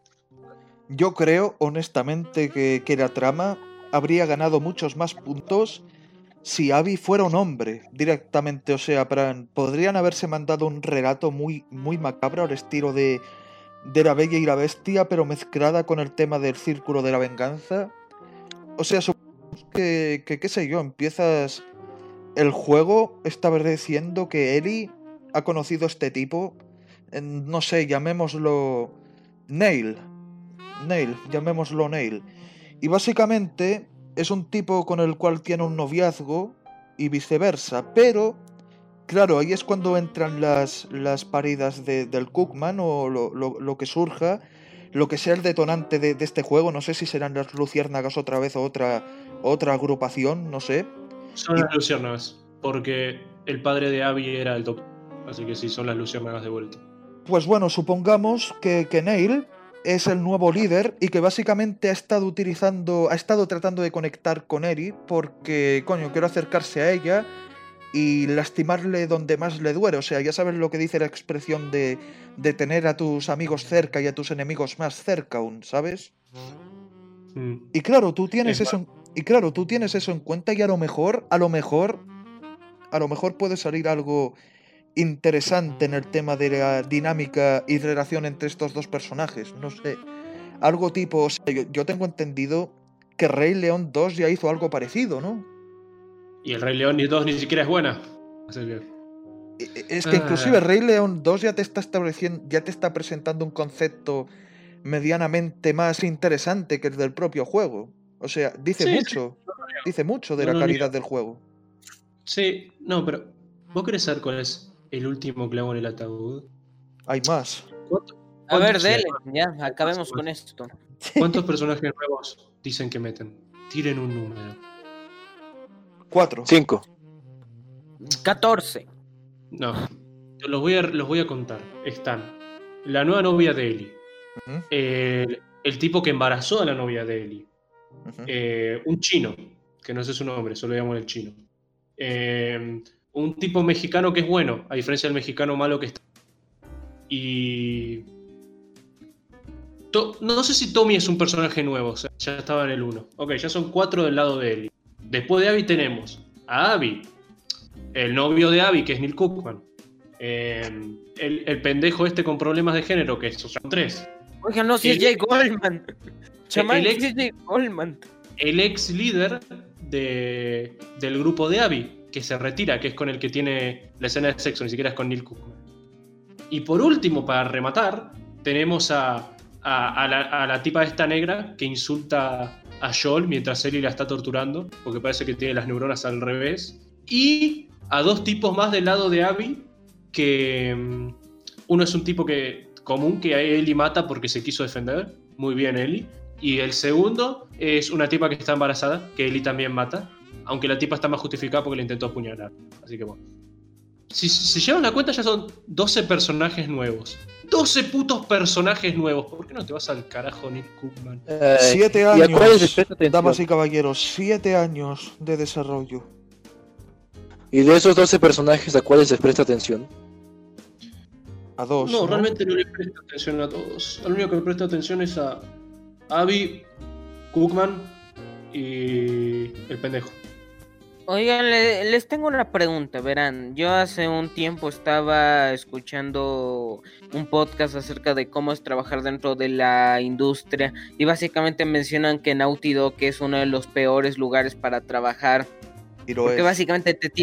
Yo creo, honestamente, que la trama habría ganado muchos más puntos si Abby fuera un hombre directamente. O sea, podrían haberse mandado un relato muy, muy macabro al estilo de La Bella y la Bestia, pero mezclada con el tema del círculo de la venganza. O sea, supongamos que qué sé yo, empiezas el juego estableciendo que Ellie ha conocido a este tipo, no sé, llamémoslo Neil, llamémoslo Neil. Y básicamente es un tipo con el cual tiene un noviazgo y viceversa, pero claro, ahí es cuando entran las paridas del Cookman o lo que surja, lo que sea el detonante de este juego. No sé si serán las luciérnagas otra vez o otra agrupación, no sé. Son las luciérnagas, porque el padre de Abby era el doctor, así que sí, son las luciérnagas de vuelta. Pues bueno, supongamos que Neil es el nuevo líder y que básicamente ha estado tratando de conectar con Ellie porque, coño, quiere acercarse a ella y lastimarle donde más le duele. O sea, ya sabes lo que dice la expresión de tener a tus amigos cerca y a tus enemigos más cerca aún, ¿sabes? Y claro, tú tienes eso en cuenta y a lo mejor puede salir algo interesante en el tema de la dinámica y relación entre estos dos personajes. No sé, algo tipo, o sea, yo tengo entendido que Rey León 2 ya hizo algo parecido, ¿no? Y el Rey León 2 ni siquiera es buena. Así que... Es que inclusive Rey León 2 ya te está presentando un concepto medianamente más interesante que el del propio juego. O sea, dice mucho de la calidad del juego. Sí, no, pero ¿vos querés saber cuál es el último clavo en el ataúd? Hay más. A ver, dele, ya, acabemos con esto. ¿Cuántos personajes nuevos dicen que meten? Tiren un número. 4. 5. 14. No, los voy a contar. Están la nueva novia de Ellie, el tipo que embarazó a la novia de Ellie, un chino, que no sé su nombre, solo llamo el chino. Un tipo mexicano que es bueno, a diferencia del mexicano malo que está. Y... no sé si Tommy es un personaje nuevo, o sea, ya estaba en el 1. Ok, ya son 4 del lado de Ellie. Después de Abby tenemos a Abby, el novio de Abby, que es Neil Cookman, el pendejo este con problemas de género, que son 3. Oiga, no, si es Jake Goldman. El ex líder del grupo de Abby, que se retira, que es con el que tiene la escena de sexo, ni siquiera es con Neil Cookman. Y por último, para rematar, tenemos a la tipa esta negra que insulta a Joel mientras Ellie la está torturando, porque parece que tiene las neuronas al revés. Y a 2 tipos más del lado de Abby, que uno es un tipo común que a Ellie mata porque se quiso defender. Muy bien, Ellie. Y el segundo es una tipa que está embarazada, que Ellie también mata, aunque la tipa está más justificada porque le intentó apuñalar. Así que bueno. Si llevan la cuenta ya son 12 personajes nuevos. 12 putos personajes nuevos. ¿Por qué no te vas al carajo, Neil Cookman? 7 años, damas y caballeros, 7 años de desarrollo. ¿Y de esos 12 personajes a cuáles les presta atención? A 2. No, realmente no le presto atención a todos. Al único que me presta atención es a Abby, Cookman y el pendejo. Oigan, les tengo una pregunta, verán, yo hace un tiempo estaba escuchando un podcast acerca de cómo es trabajar dentro de la industria y básicamente mencionan que Naughty Dog es uno de los peores lugares para trabajar porque básicamente te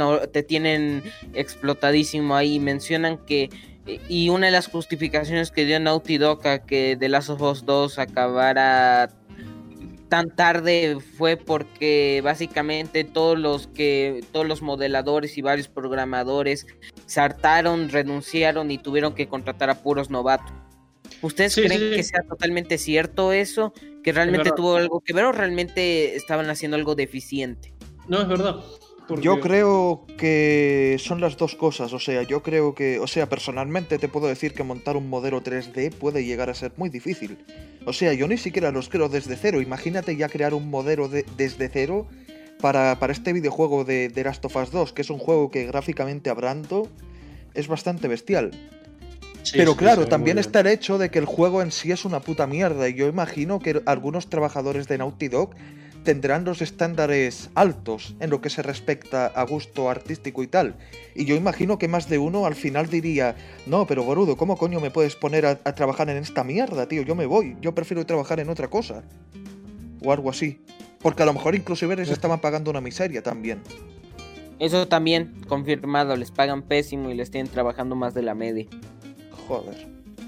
tienen explotadísimo ahí. Mencionan que y una de las justificaciones que dio Naughty Dog a que The Last of Us 2 acabara tan tarde fue porque básicamente todos los modeladores y varios programadores se hartaron, renunciaron y tuvieron que contratar a puros novatos. ¿Ustedes creen que sea totalmente cierto eso? ¿Que realmente tuvo algo que ver o realmente estaban haciendo algo deficiente? No, es verdad. Porque... Yo creo que son las dos cosas, personalmente te puedo decir que montar un modelo 3D puede llegar a ser muy difícil. Yo ni siquiera los creo desde cero, imagínate ya crear un modelo desde cero para este videojuego de The Last of Us 2, que es un juego que gráficamente hablando es bastante bestial. Pero claro, también está el hecho de que el juego en sí es una puta mierda, y yo imagino que algunos trabajadores de Naughty Dog tendrán los estándares altos en lo que se respecta a gusto artístico y tal. Y yo imagino que más de uno al final diría: no, pero Borudo, ¿cómo coño me puedes poner a trabajar en esta mierda, tío? Yo me voy, yo prefiero trabajar en otra cosa. O algo así. Porque a lo mejor inclusive les estaban pagando una miseria también. Eso también, confirmado, les pagan pésimo y les tienen trabajando más de la media. Joder.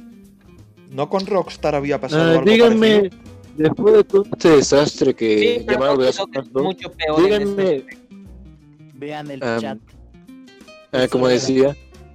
¿No con Rockstar había pasado algo díganme, parecido? Después de todo este desastre que llamaron The Last of Us 2, mucho peor. díganme, vean el chat. Como decía,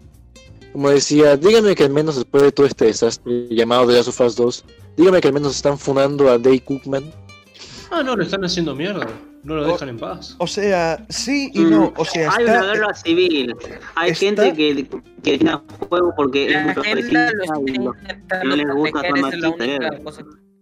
díganme que al menos después de todo este desastre llamado The Last of Us 2, díganme que al menos están funando a Dave Cookman. No, lo están haciendo mierda. No lo dejan en paz. Sí y no. Hay una guerra civil. Hay gente que tiene juego porque es muy progresista y no les gusta tan machista.